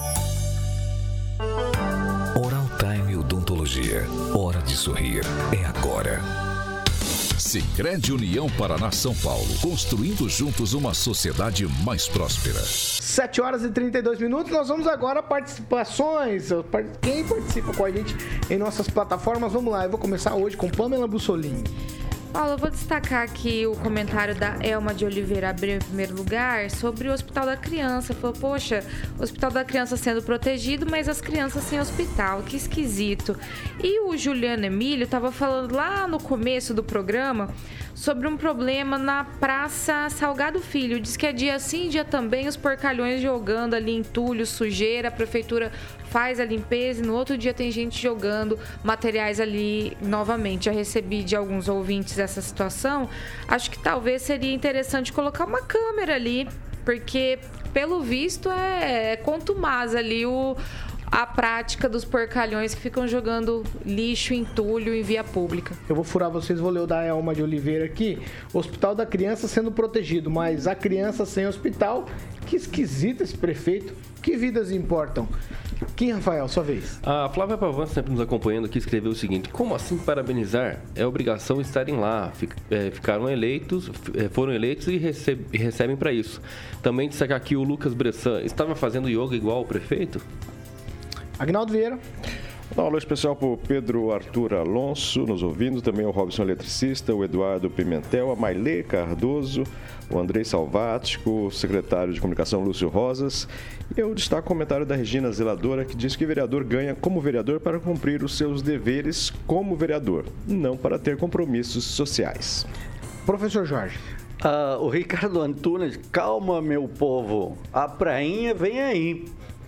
Oral Time Odontologia. Hora de sorrir. É agora. Sicredi União Paraná São Paulo. Construindo juntos uma sociedade mais próspera. sete horas e trinta e dois minutos. Nós vamos agora participações. Quem participa com a gente em nossas plataformas? Vamos lá. Eu vou começar hoje com Pamela Bussolini. Paulo, eu vou destacar aqui o comentário da Elma de Oliveira Abreu em primeiro lugar sobre o Hospital da Criança. Falou, poxa, o Hospital da Criança sendo protegido, mas as crianças sem hospital, que esquisito. E o Juliano Emílio estava falando lá no começo do programa sobre um problema na Praça Salgado Filho. Diz que é dia sim, dia também, os porcalhões jogando ali entulho, sujeira, a prefeitura faz a limpeza e no outro dia tem gente jogando materiais ali novamente. Já recebi de alguns ouvintes essa situação. Acho que talvez seria interessante colocar uma câmera ali, porque pelo visto é, é contumaz ali o, a prática dos porcalhões que ficam jogando lixo, entulho em via pública. Eu vou furar vocês, vou ler o da Elma de Oliveira aqui. Hospital da Criança sendo protegido, mas a criança sem hospital, que esquisito esse prefeito. Que vidas importam? Quem, Rafael, sua vez? A Flávia Pavan, sempre nos acompanhando aqui, escreveu o seguinte: como assim parabenizar? É obrigação estarem lá. Ficaram eleitos, foram eleitos e recebem, recebem para isso. Também destacar aqui o Lucas Bressan. Estava fazendo yoga igual o prefeito? Agnaldo Vieira. Um alô especial para o Pedro Arthur Alonso, nos ouvindo, também o Robson Eletricista, o Eduardo Pimentel, a Maile Cardoso, o Andrei Salvático, o secretário de Comunicação Lúcio Rosas. E eu destaco o comentário da Regina Zeladora, que diz que o vereador ganha como vereador para cumprir os seus deveres como vereador, não para ter compromissos sociais. Professor Jorge. Ah, o Ricardo Antunes, calma, meu povo, a prainha vem aí.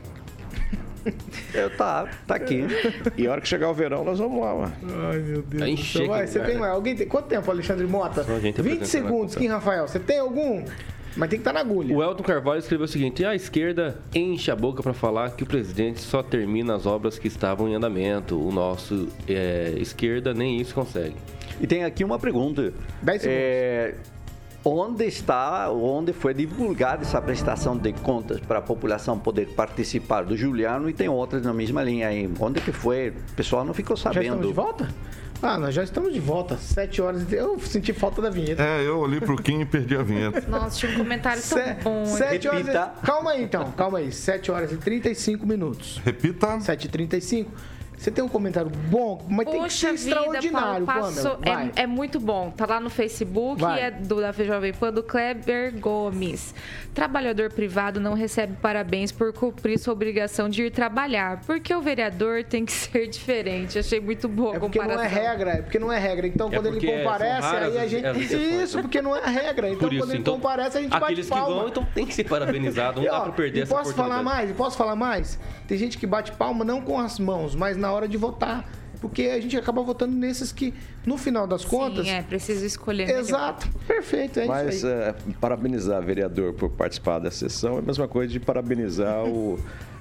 Eu, tá, tá aqui. E a hora que chegar o verão, nós vamos lá, mano. Ai, meu Deus. Aí chega, Vai, você tem mais? Alguém tem? Quanto tempo, Alexandre Mota? vinte segundos, Kim Rafael. Você tem algum? Mas tem que estar na agulha. O Elton Carvalho escreveu o seguinte: a esquerda enche a boca para falar que o presidente só termina as obras que estavam em andamento. O nosso é, esquerda nem isso consegue. E tem aqui uma pergunta. dez segundos. É, onde está, onde foi divulgada essa prestação de contas para a população poder participar do Juliano, e tem outras na mesma linha aí. Onde que foi? O pessoal não ficou sabendo. Já estamos de volta? Ah, nós já estamos de volta. Sete horas e... Eu senti falta da vinheta. É, eu olhei pro Kim e perdi a vinheta. Nossa, tinha um comentário tão Se... bom. Sete horas Repita. e... Calma aí, então. Calma aí. Sete horas e trinta e cinco minutos. Repita. Sete e trinta e cinco. Você tem um comentário bom, mas Poxa tem que ser vida, extraordinário, Paulo, passou, Pamela. é, é muito bom. Tá lá no Facebook, Vai. é do da Jovem Pan, do Kleber Gomes. Trabalhador privado não recebe parabéns por cumprir sua obrigação de ir trabalhar, porque o vereador tem que ser diferente. Achei muito boa É a porque comparação. não é regra, é porque não é regra. Então, É quando ele porque comparece, são raras aí a as- gente... as exceções, Isso, né? porque não é regra. Então, Por isso, quando ele então, comparece, a gente aqueles bate palma. que vão, então tem que ser parabenizado. Não E, dá ó, pra perder e essa posso falar oportunidade. mais? Posso falar mais? Tem gente que bate palma não com as mãos, mas na hora de votar. Porque a gente acaba votando nesses que, no final das contas... Sim, é, preciso escolher melhor. Exato, perfeito, é Mas isso aí. é, parabenizar o vereador por participar da sessão é a mesma coisa de parabenizar o,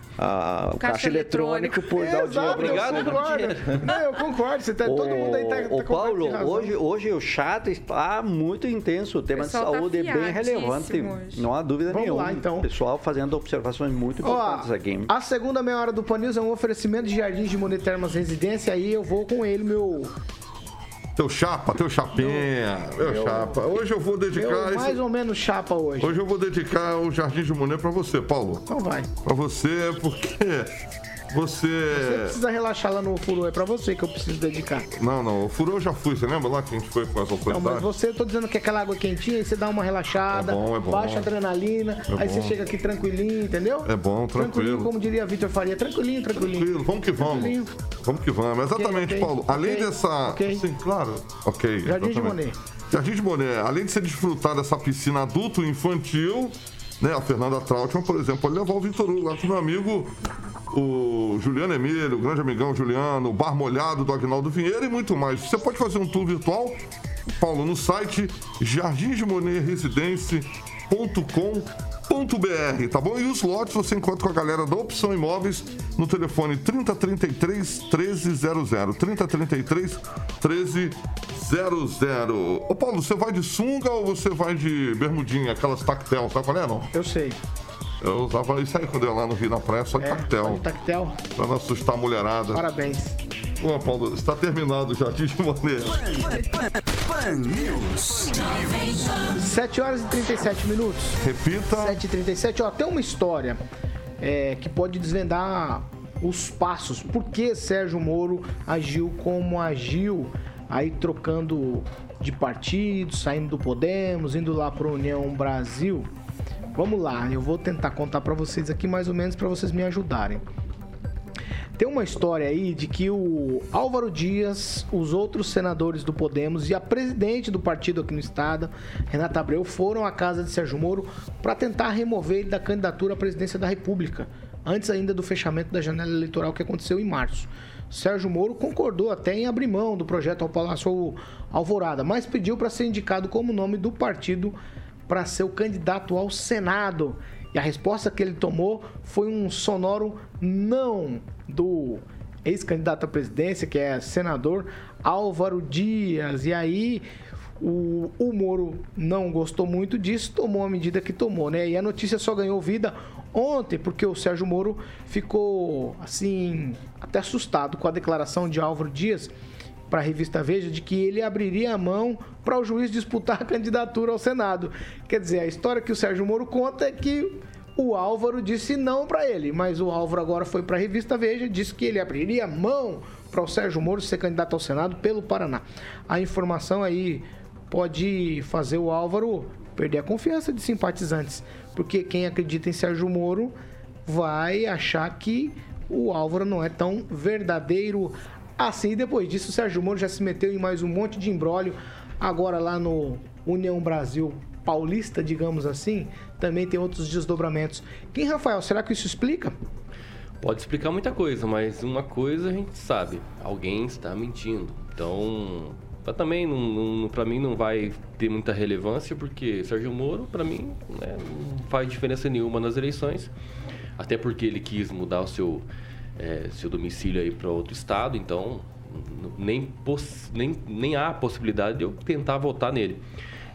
a, o caixa caixa eletrônico por dar o dinheiro Exato, para eu Obrigado, você. concordo. Não, eu concordo. Você tá, todo mundo aí tá, tá Ô, Paulo, completamente razão. hoje, hoje o chat está muito intenso. O tema de pessoal tá saúde é bem relevante. afiadíssimo hoje. Não há dúvida Vamos nenhuma. lá, então. O pessoal fazendo observações muito importantes Ó, aqui. a segunda meia hora do Pan News é um oferecimento de Jardins de Monet Termas Residência. Aí eu vou com ele, meu, Teu chapa, teu chapinha, meu chapa. Hoje eu vou dedicar meu esse... mais ou menos chapa hoje. Hoje eu vou dedicar o Jardim de Monet pra você, Paulo. Então vai. Pra você, porque você... Você precisa relaxar lá no furo, é pra você que eu preciso dedicar. Não, não, o furou eu já fui, você lembra lá que a gente foi com as Não, autoridades? mas você, eu tô dizendo que aquela água quentinha, aí você dá uma relaxada, É bom, é bom. baixa a adrenalina, É aí você bom. chega aqui tranquilinho, entendeu? É bom, tranquilo. Como diria Vitor Faria, tranquilinho, tranquilinho. Tranquilo, vamos que vamos. Tranquilinho. Vamos que vamos. Exatamente, ok, Paulo. Além ok, dessa. ok. Sim, claro. Ok. Jardim de exatamente. Monet. Jardim de Monet, além de você desfrutar dessa piscina adulto e infantil, né? A Fernanda Trautmann, por exemplo, pode levar o Vitor Hugo lá com meu amigo, o Juliano Emílio, o grande amigão Juliano, o Bar Molhado do Agnaldo Vieira e muito mais. Você pode fazer um tour virtual, Paulo, no site jardins de monet residência ponto com ponto b r, tá bom? E os lotes você encontra com a galera da Opção Imóveis no telefone trinta, trinta e três, treze zero zero. trinta, trinta e três, treze zero zero. Ô Paulo, você vai de sunga ou você vai de bermudinha, aquelas tactel, sabe qual é, não? Eu sei. Eu usava isso aí quando eu ia lá no Rio na Praia, só de É, tactel, de tactel. pra não assustar a mulherada. Parabéns. Bom, Paulo, está terminado o Jardim de Monet. Pan News. sete horas e trinta e sete minutos. Repita. sete e trinta e sete, ó, tem uma história é, que pode desvendar os passos. Por que Sérgio Moro agiu como agiu, aí trocando de partido, saindo do Podemos, indo lá para a União Brasil. Vamos lá, eu vou tentar contar para vocês aqui mais ou menos para vocês me ajudarem. Tem uma história aí de que o Álvaro Dias, os outros senadores do Podemos e a presidente do partido aqui no estado, Renata Abreu, foram à casa de Sérgio Moro para tentar remover ele da candidatura à presidência da República, antes ainda do fechamento da janela eleitoral que aconteceu em março. Sérgio Moro concordou até em abrir mão do projeto ao Palácio Alvorada, mas pediu para ser indicado como nome do partido para ser o candidato ao Senado. E a resposta que ele tomou foi um sonoro não do ex-candidato à presidência, que é senador Álvaro Dias. E aí o, o Moro não gostou muito disso, tomou a medida que tomou, né? E a notícia só ganhou vida ontem, porque o Sérgio Moro ficou, assim, até assustado com a declaração de Álvaro Dias para a revista Veja de que ele abriria a mão para o juiz disputar a candidatura ao Senado. Quer dizer, a história que o Sérgio Moro conta é que o Álvaro disse não para ele, mas o Álvaro agora foi para a revista Veja e disse que ele abriria a mão para o Sérgio Moro ser candidato ao Senado pelo Paraná. A informação aí pode fazer o Álvaro perder a confiança de simpatizantes, porque quem acredita em Sérgio Moro vai achar que o Álvaro não é tão verdadeiro assim. Depois disso, o Sérgio Moro já se meteu em mais um monte de imbróglio. Agora lá no União Brasil Paulista, digamos assim, também tem outros desdobramentos. Quem, Rafael, será que isso explica? Pode explicar muita coisa, mas uma coisa a gente sabe, alguém está mentindo. Então, pra também, não, não, pra mim não vai ter muita relevância, porque Sérgio Moro, pra mim, né, não faz diferença nenhuma nas eleições, até porque ele quis mudar o seu, é, seu domicílio aí para outro estado, então nem, poss, nem, nem há possibilidade de eu tentar votar nele.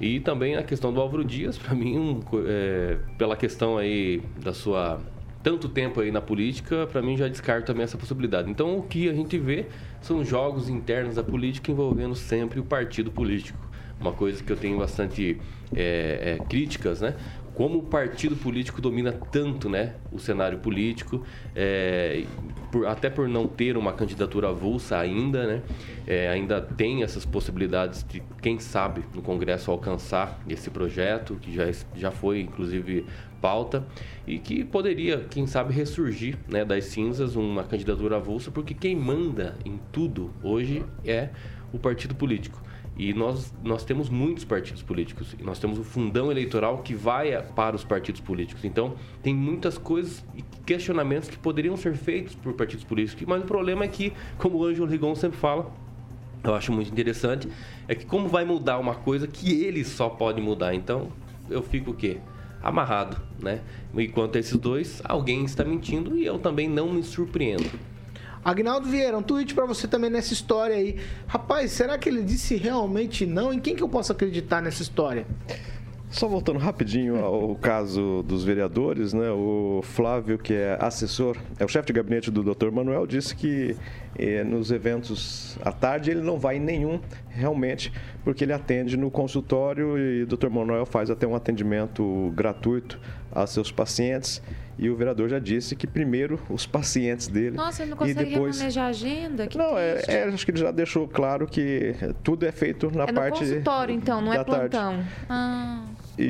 E também a questão do Álvaro Dias, para mim, um, é, pela questão aí da sua... tanto tempo aí na política, para mim já descarto também essa possibilidade. Então, o que a gente vê são jogos internos da política envolvendo sempre o partido político. Uma coisa que eu tenho bastante é, é, críticas, né? Como o partido político domina tanto, né, o cenário político, é, por, até por não ter uma candidatura avulsa ainda, né, é, ainda tem essas possibilidades de, quem sabe, no Congresso alcançar esse projeto, que já, já foi, inclusive, pauta, e que poderia, quem sabe, ressurgir, né, das cinzas uma candidatura avulsa, porque quem manda em tudo hoje é o partido político. E nós, nós temos muitos partidos políticos. E nós temos o fundão eleitoral que vai para os partidos políticos. Então, tem muitas coisas e questionamentos que poderiam ser feitos por partidos políticos. Mas o problema é que, como o Ângelo Rigon sempre fala, eu acho muito interessante, é que como vai mudar uma coisa que ele só pode mudar. Então, eu fico o quê? Amarrado, né? Enquanto esses dois, alguém está mentindo e eu também não me surpreendo. Agnaldo Vieira, um tweet pra você também nessa história aí. Rapaz, será que ele disse realmente não? Em quem que eu posso acreditar nessa história? Só voltando rapidinho ao caso dos vereadores, né? O Flávio, que é assessor, é o chefe de gabinete do doutor Manuel, disse que eh, nos eventos à tarde ele não vai em nenhum, realmente, porque ele atende no consultório e o doutor Manuel faz até um atendimento gratuito aos seus pacientes. E o vereador já disse que primeiro os pacientes dele. Nossa, ele não consegue e depois... remanejar a agenda? Que não, é, triste. é, acho que ele já deixou claro que tudo é feito na é parte. É no consultório, então, não é plantão. Tarde. Ah.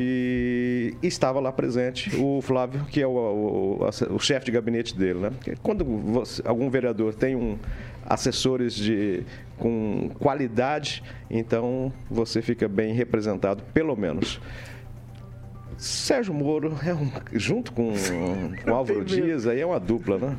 E estava lá presente o Flávio, que é o, o, o, o chefe de gabinete dele, né? Porque quando você, algum vereador tem um assessores de, com qualidade, então você fica bem representado, pelo menos. Sérgio Moro, é um, junto com, com Álvaro Dias, aí é uma dupla, né?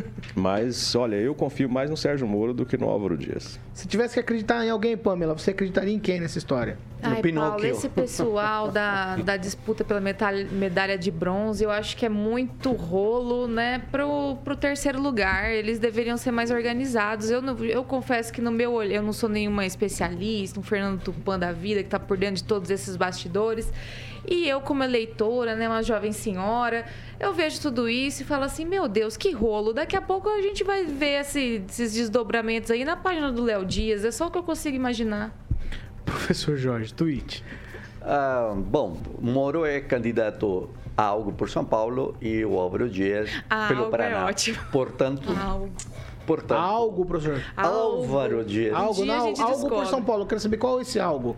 Mas, olha, eu confio mais no Sérgio Moro do que no Álvaro Dias. Se tivesse que acreditar em alguém, Pamela, você acreditaria em quem nessa história? Ai, Paulo, esse pessoal da, da disputa pela medalha, medalha de bronze, eu acho que é muito rolo, né, pro, pro terceiro lugar. Eles deveriam ser mais organizados. Eu, não, eu confesso que no meu olho, eu não sou nenhuma especialista, um Fernando Tupan da vida, que tá por dentro de todos esses bastidores. E eu, como eleitora, né, uma jovem senhora, eu vejo tudo isso e falo assim, meu Deus, que rolo. Daqui a pouco a gente vai ver esse, esses desdobramentos aí na página do Léo Dias. É só o que eu consigo imaginar. Professor Jorge, tweet. Ah, bom, Moro é candidato a algo por São Paulo e o Álvaro Dias ah, pelo algo Paraná. É ótimo. Portanto, algo. portanto algo, professor. Álvaro Dias. Algo, não, algo por São Paulo. Eu quero saber qual é esse algo.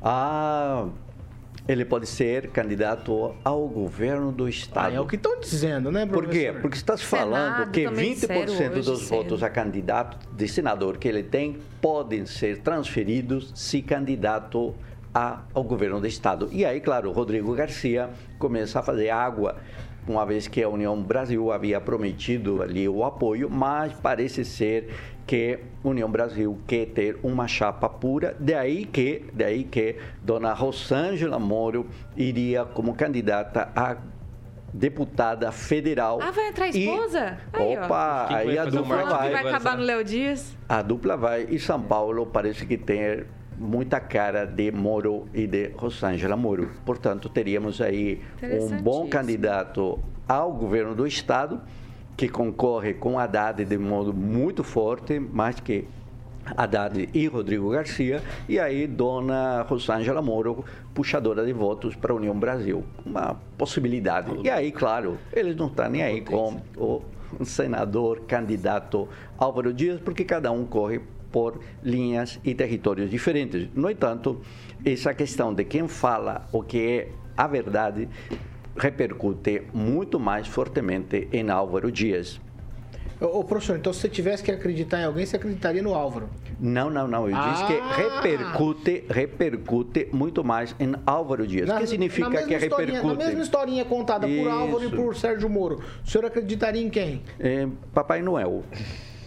Ah, ele pode ser candidato ao governo do estado. Ah, é o que estão dizendo, né, professor? Por quê? Porque está se falando Senado, que vinte por cento hoje, dos sério. votos a candidato de senador que ele tem podem ser transferidos se candidato a, ao governo do estado. E aí, claro, Rodrigo Garcia começa a fazer água, uma vez que a União Brasil havia prometido ali o apoio, mas parece ser que a União Brasil quer ter uma chapa pura, daí que, daí que dona Rosângela Moro iria como candidata a deputada federal. Ah, vai entrar a esposa? E, aí, opa, ó. aí a dupla vai. vai acabar no Léo Dias? A dupla vai. E São Paulo parece que tem muita cara de Moro e de Rosângela Moro. Portanto, teríamos aí um bom candidato ao governo do estado, que concorre com Haddad de modo muito forte, mais que Haddad e Rodrigo Garcia, e aí dona Rosângela Moro, puxadora de votos para a União Brasil. Uma possibilidade. E aí, claro, eles não estão nem aí com o senador candidato Álvaro Dias, porque cada um corre por linhas e territórios diferentes. No entanto, essa questão de quem fala o que é a verdade repercute muito mais fortemente em Álvaro Dias. Ô, professor, então se você tivesse que acreditar em alguém, você acreditaria no Álvaro? Não, não, não. Eu ah. disse que repercute, repercute muito mais em Álvaro Dias. O que significa que repercute? Na mesma historinha contada Isso. por Álvaro e por Sérgio Moro, o senhor acreditaria em quem? É, Papai Noel.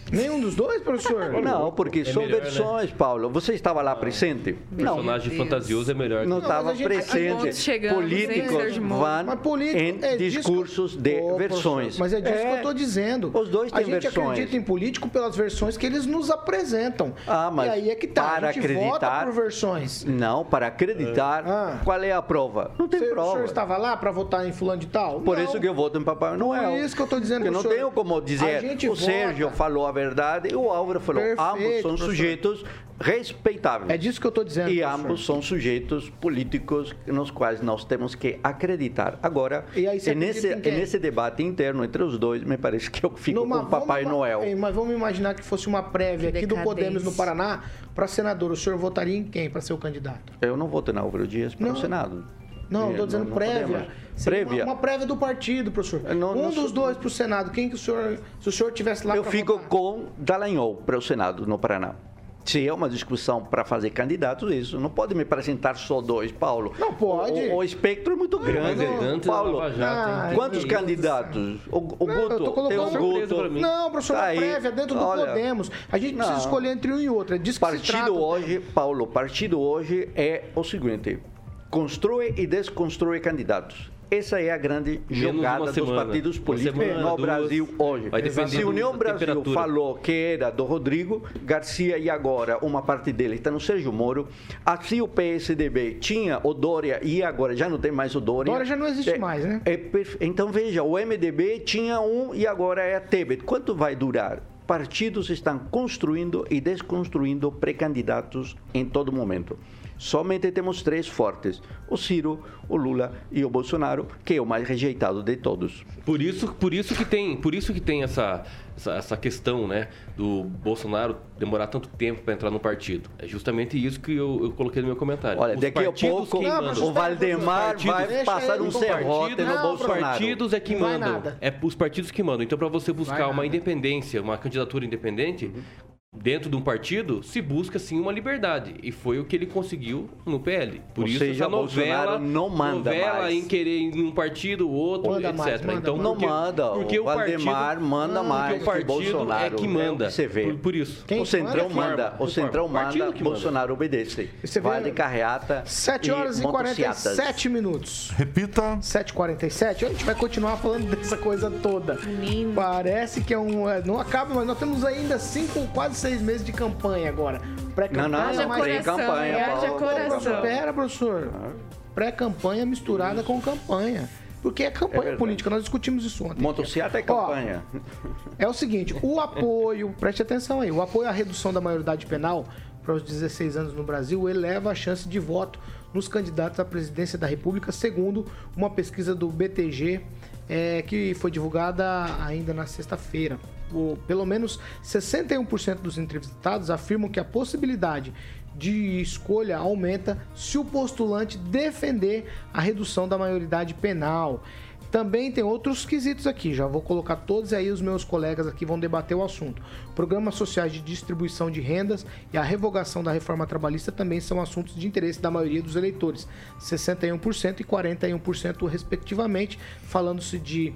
Nenhum dos dois, professor? Não, porque É são melhor, versões, Paulo. Você estava lá presente? Personagem Deus. fantasioso é melhor. Não mas estava a gente- presente. Onde chegamos, hein, Políticos Sérgio Moro? vão Mas político, em é disso discursos que- de Ô, versões. professor, Mas é disso que eu É. estou dizendo. Os dois A têm gente versões. acredita em político pelas versões que eles nos apresentam. Ah, mas e aí é que tá. para a gente acreditar- vota por versões. Não, para acreditar, Ah. qual é a prova? Não tem Você- O prova. senhor estava lá para votar em fulano de tal? Por Não. isso que eu voto em Papai Noel. Por isso que eu tô dizendo, Eu não professor. tenho como A dizer, gente o Sérgio vota. falou a verdade e o Álvaro falou. Perfeito, ambos são professor. sujeitos respeitáveis. É disso que eu estou dizendo, E professor. ambos são sujeitos políticos nos quais nós temos que acreditar. Agora, E aí você é nesse, acredita em quem? é nesse debate interno entre os dois, me parece que eu fico Numa- com o Papai vamos- Noel. Ei, mas vamos imaginar que fosse uma prévia Que aqui do decadência. Podemos no Paraná para senador. O senhor votaria em quem para ser o candidato? Eu não voto na Álvaro Dias para Não. o Senado. Não, É, estou dizendo não prévia. podemos. Seria Prévia. Uma, uma prévia do partido, professor. Eu não- um não dos sou- dois para o Senado. Quem que o senhor, se o senhor tivesse lá Eu pra fico votar? com Dallagnol para o Senado no Paraná. Se é uma discussão para fazer candidatos, isso. Não pode me apresentar só dois, Paulo. Não pode. O, o espectro é muito grande. Representante da Paulo, Lava Jato, hein? Ah, quantos que isso. candidatos? O, o Não, eu tô Guto, colocando tem o surpresa pra Guto. mim. Não, professor, Tá uma aí. prévia dentro do Olha, Podemos. A gente precisa não. escolher entre um e outro. É disso que se trata. Partido hoje, Paulo, partido hoje é o seguinte: constrói e desconstrói candidatos. Essa é a grande Menos jogada uma dos semana. partidos Uma políticos semana, no duas. Brasil hoje. Vai depender Se a União da Brasil temperatura. falou que era do Rodrigo Garcia e agora uma parte dele está no Sérgio Moro, assim o P S D B tinha o Dória e agora já não tem mais o Dória. Dória já não existe É- mais, né? é perfe- então veja, o M D B tinha um e agora é a Tebet. Quanto vai durar? Partidos estão construindo e desconstruindo pré-candidatos em todo momento. Somente temos três fortes: o Ciro, o Lula e o Bolsonaro, que é o mais rejeitado de todos. Por isso, por isso que tem, por isso que tem essa, essa, essa questão, né, do Bolsonaro demorar tanto tempo para entrar no partido. É justamente isso que eu, eu coloquei no meu comentário. Olha, Os daqui a partidos pouco quem Não, mandam. mas o Valdemar partidos- vai Deixa passar ele um com serrote partidos- no Não, Os Bolsonaro. partidos é que Não vai mandam. nada. É os partidos que mandam. Então, para você buscar Vai uma nada. independência, uma candidatura independente, dentro de um partido, se busca sim uma liberdade. E foi o que ele conseguiu no P L. Por Ou isso seja, essa novela, Bolsonaro não manda novela mais. em querer ir em um partido, outro, Manda etcétera. mais, manda então, mais. Não porque, manda. Porque o o partido, Valdemar manda mais porque o partido que Bolsonaro. é que manda. É o que você vê. Por, por isso. Quem o Centrão manda é manda, forma, o de Centrão forma. Partido manda, que manda. Bolsonaro obedece. Você vê- Vai de carreata sete horas e quarenta e sete minutos. Repita. sete e quarenta e sete. A gente vai continuar falando dessa coisa toda. Menino. Parece que é um. é, Não acaba, mas nós temos ainda cinco, quase seis meses de campanha agora. Não, não, Haja não, mas- pré-campanha. haja Paulo. coração. Pera, professor. Pré-campanha misturada com campanha. Porque é campanha verdade. política, nós discutimos isso ontem. Motociata é campanha. É o seguinte, o apoio, preste atenção aí, o apoio à redução da maioridade penal para os dezesseis anos no Brasil eleva a chance de voto nos candidatos à presidência da República, segundo uma pesquisa do B T G, é, que foi divulgada ainda na sexta-feira. O- Pelo menos sessenta e um por cento dos entrevistados afirmam que a possibilidade de escolha aumenta se o postulante defender a redução da maioridade penal. Também tem outros quesitos aqui, já vou colocar todos aí, os meus colegas aqui vão debater o assunto. Programas sociais de distribuição de rendas e a revogação da reforma trabalhista também são assuntos de interesse da maioria dos eleitores, sessenta e um por cento e quarenta e um por cento respectivamente, falando-se de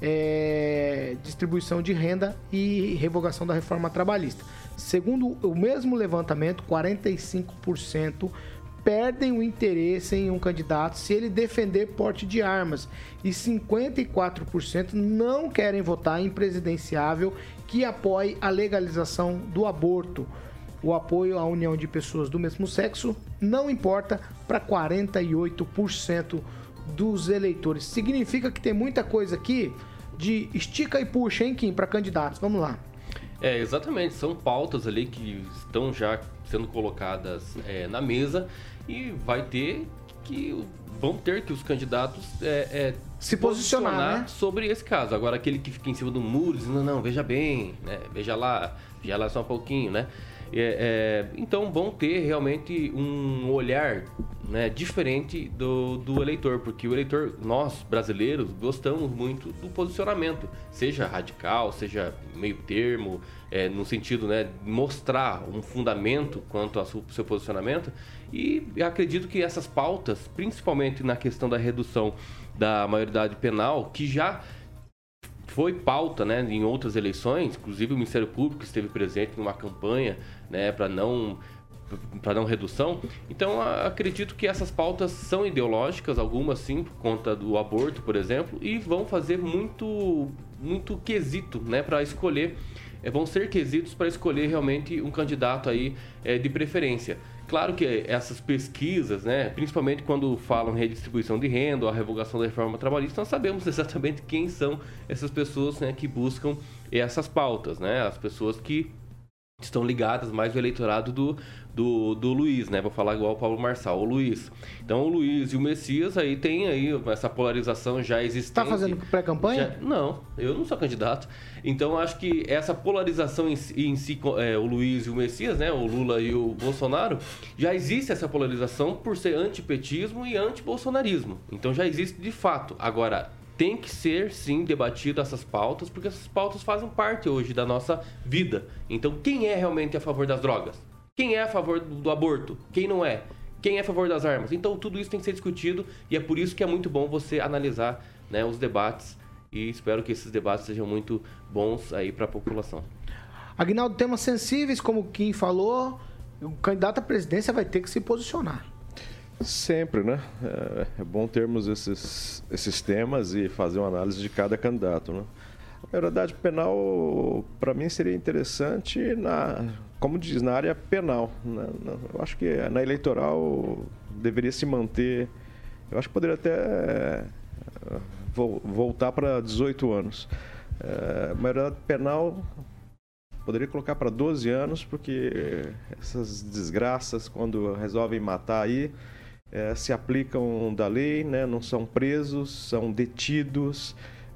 é, distribuição de renda e revogação da reforma trabalhista. Segundo o mesmo levantamento, quarenta e cinco por cento perdem o interesse em um candidato se ele defender porte de armas e cinquenta e quatro por cento não querem votar em presidenciável que apoie a legalização do aborto. O apoio à união de pessoas do mesmo sexo não importa para quarenta e oito por cento dos eleitores. Significa que tem muita coisa aqui de estica e puxa, hein, Kim, para candidatos. Vamos lá. É, exatamente. São pautas ali que estão já sendo colocadas é, na mesa e vai ter que vão ter que os candidatos é, é, Se posicionar, né? sobre esse caso. Agora, aquele que fica em cima do muro dizendo, não, veja bem, né? Veja lá, veja lá só um pouquinho, né? É, é, então, vão ter realmente um olhar, né, diferente do, do eleitor, porque o eleitor, nós brasileiros, gostamos muito do posicionamento, seja radical, seja meio termo, é, no sentido, né, de mostrar um fundamento quanto ao seu, seu posicionamento, e eu acredito que essas pautas, principalmente na questão da redução da maioridade penal, que já foi pauta, né, em outras eleições, inclusive o Ministério Público esteve presente numa campanha, né, para não para não redução. Então, acredito que essas pautas são ideológicas, algumas sim, por conta do aborto, por exemplo, e vão fazer muito, muito quesito, né, para escolher, é, vão ser quesitos para escolher realmente um candidato aí é, de preferência. Claro que essas pesquisas, né, principalmente quando falam em redistribuição de renda ou a revogação da reforma trabalhista, nós sabemos exatamente quem são essas pessoas, né, que buscam essas pautas, né, as pessoas que estão ligadas mais ao eleitorado do, do, do Luiz, né? Vou falar igual o Paulo Marçal, o Luiz. Então, o Luiz e o Messias, aí tem aí essa polarização já existente. Tá fazendo pré-campanha? Já, não, eu não sou candidato. Então, acho que essa polarização em si, em si é, o Luiz e o Messias, né? O Lula e o Bolsonaro, já existe essa polarização por ser antipetismo e antibolsonarismo. Então, já existe de fato. Agora, tem que ser, sim, debatido essas pautas, porque essas pautas fazem parte hoje da nossa vida. Então, quem é realmente a favor das drogas? Quem é a favor do aborto? Quem não é? Quem é a favor das armas? Então, tudo isso tem que ser discutido e é por isso que é muito bom você analisar, né, os debates e espero que esses debates sejam muito bons aí para a população. Aguinaldo, temas sensíveis, como o Kim falou, o candidato à presidência vai ter que se posicionar. Sempre, né? É, é bom termos esses, esses temas e fazer uma análise de cada candidato, né? A maioridade penal, para mim, seria interessante, na, como diz, na área penal, né? Eu acho que na eleitoral deveria se manter, eu acho que poderia até voltar para dezoito anos. É, a maioridade penal poderia colocar para doze anos, porque essas desgraças, quando resolvem matar aí, É, se aplicam da lei, né? Não são presos, são detidos,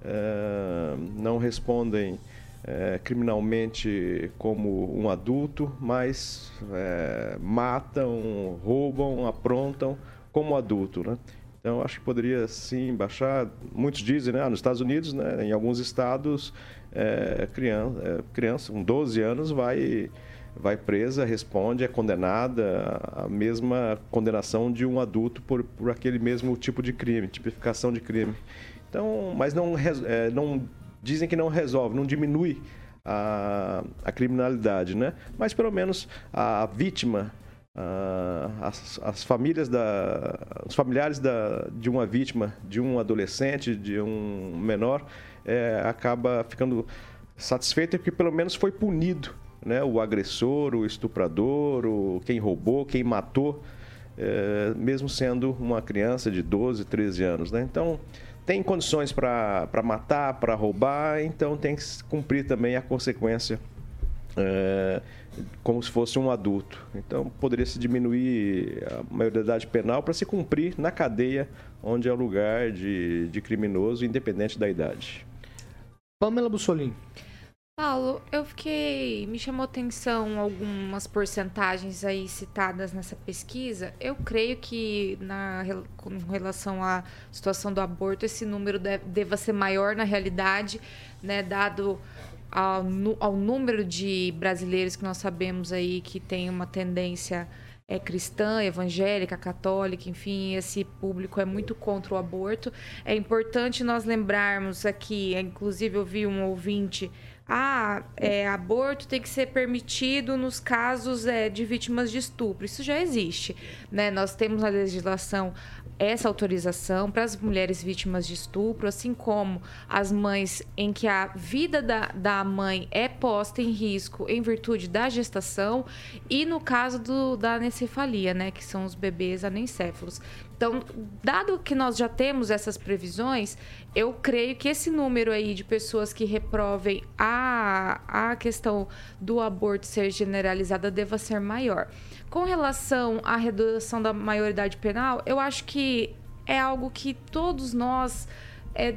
é, não respondem é, criminalmente como um adulto, mas é, matam, roubam, aprontam como adulto, né? Então, acho que poderia sim baixar. Muitos dizem, né? Ah, nos Estados Unidos, né? Em alguns estados, é, criança, é, criança com doze anos vai... vai presa, responde, é condenada a mesma condenação de um adulto por, por aquele mesmo tipo de crime, tipificação de crime. Então, mas não, é, não dizem que não resolve, não diminui a, a criminalidade, né? Mas pelo menos a vítima, a, as, as famílias da, os familiares da, de uma vítima, de um adolescente, de um menor, é, acaba ficando satisfeito porque pelo menos foi punido, né? O agressor, o estuprador, o, quem roubou, quem matou, é, mesmo sendo uma criança de doze, treze anos, né? Então, tem condições para matar, para roubar, então tem que cumprir também a consequência, é, como se fosse um adulto. Então, poderia se diminuir a maioridade penal para se cumprir na cadeia, onde é o lugar de, de criminoso, independente da idade. Pamela Bussolini. Paulo, eu fiquei... Me chamou atenção algumas porcentagens aí citadas nessa pesquisa. Eu creio que, na, com relação à situação do aborto, esse número deve, deva ser maior na realidade, né, dado ao, ao número de brasileiros que nós sabemos aí que tem uma tendência é, cristã, evangélica, católica, enfim, esse público é muito contra o aborto. É importante nós lembrarmos aqui, inclusive eu vi um ouvinte... Ah, é, aborto tem que ser permitido nos casos é, de vítimas de estupro. Isso já existe, né? Nós temos na legislação essa autorização para as mulheres vítimas de estupro, assim como as mães em que a vida da, da mãe é posta em risco em virtude da gestação e no caso do, da anencefalia, né? Que são os bebês anencéfalos. Então, dado que nós já temos essas previsões, eu creio que esse número aí de pessoas que reprovem a, a questão do aborto ser generalizada deva ser maior. Com relação à redução da maioridade penal, eu acho que é algo que todos nós é,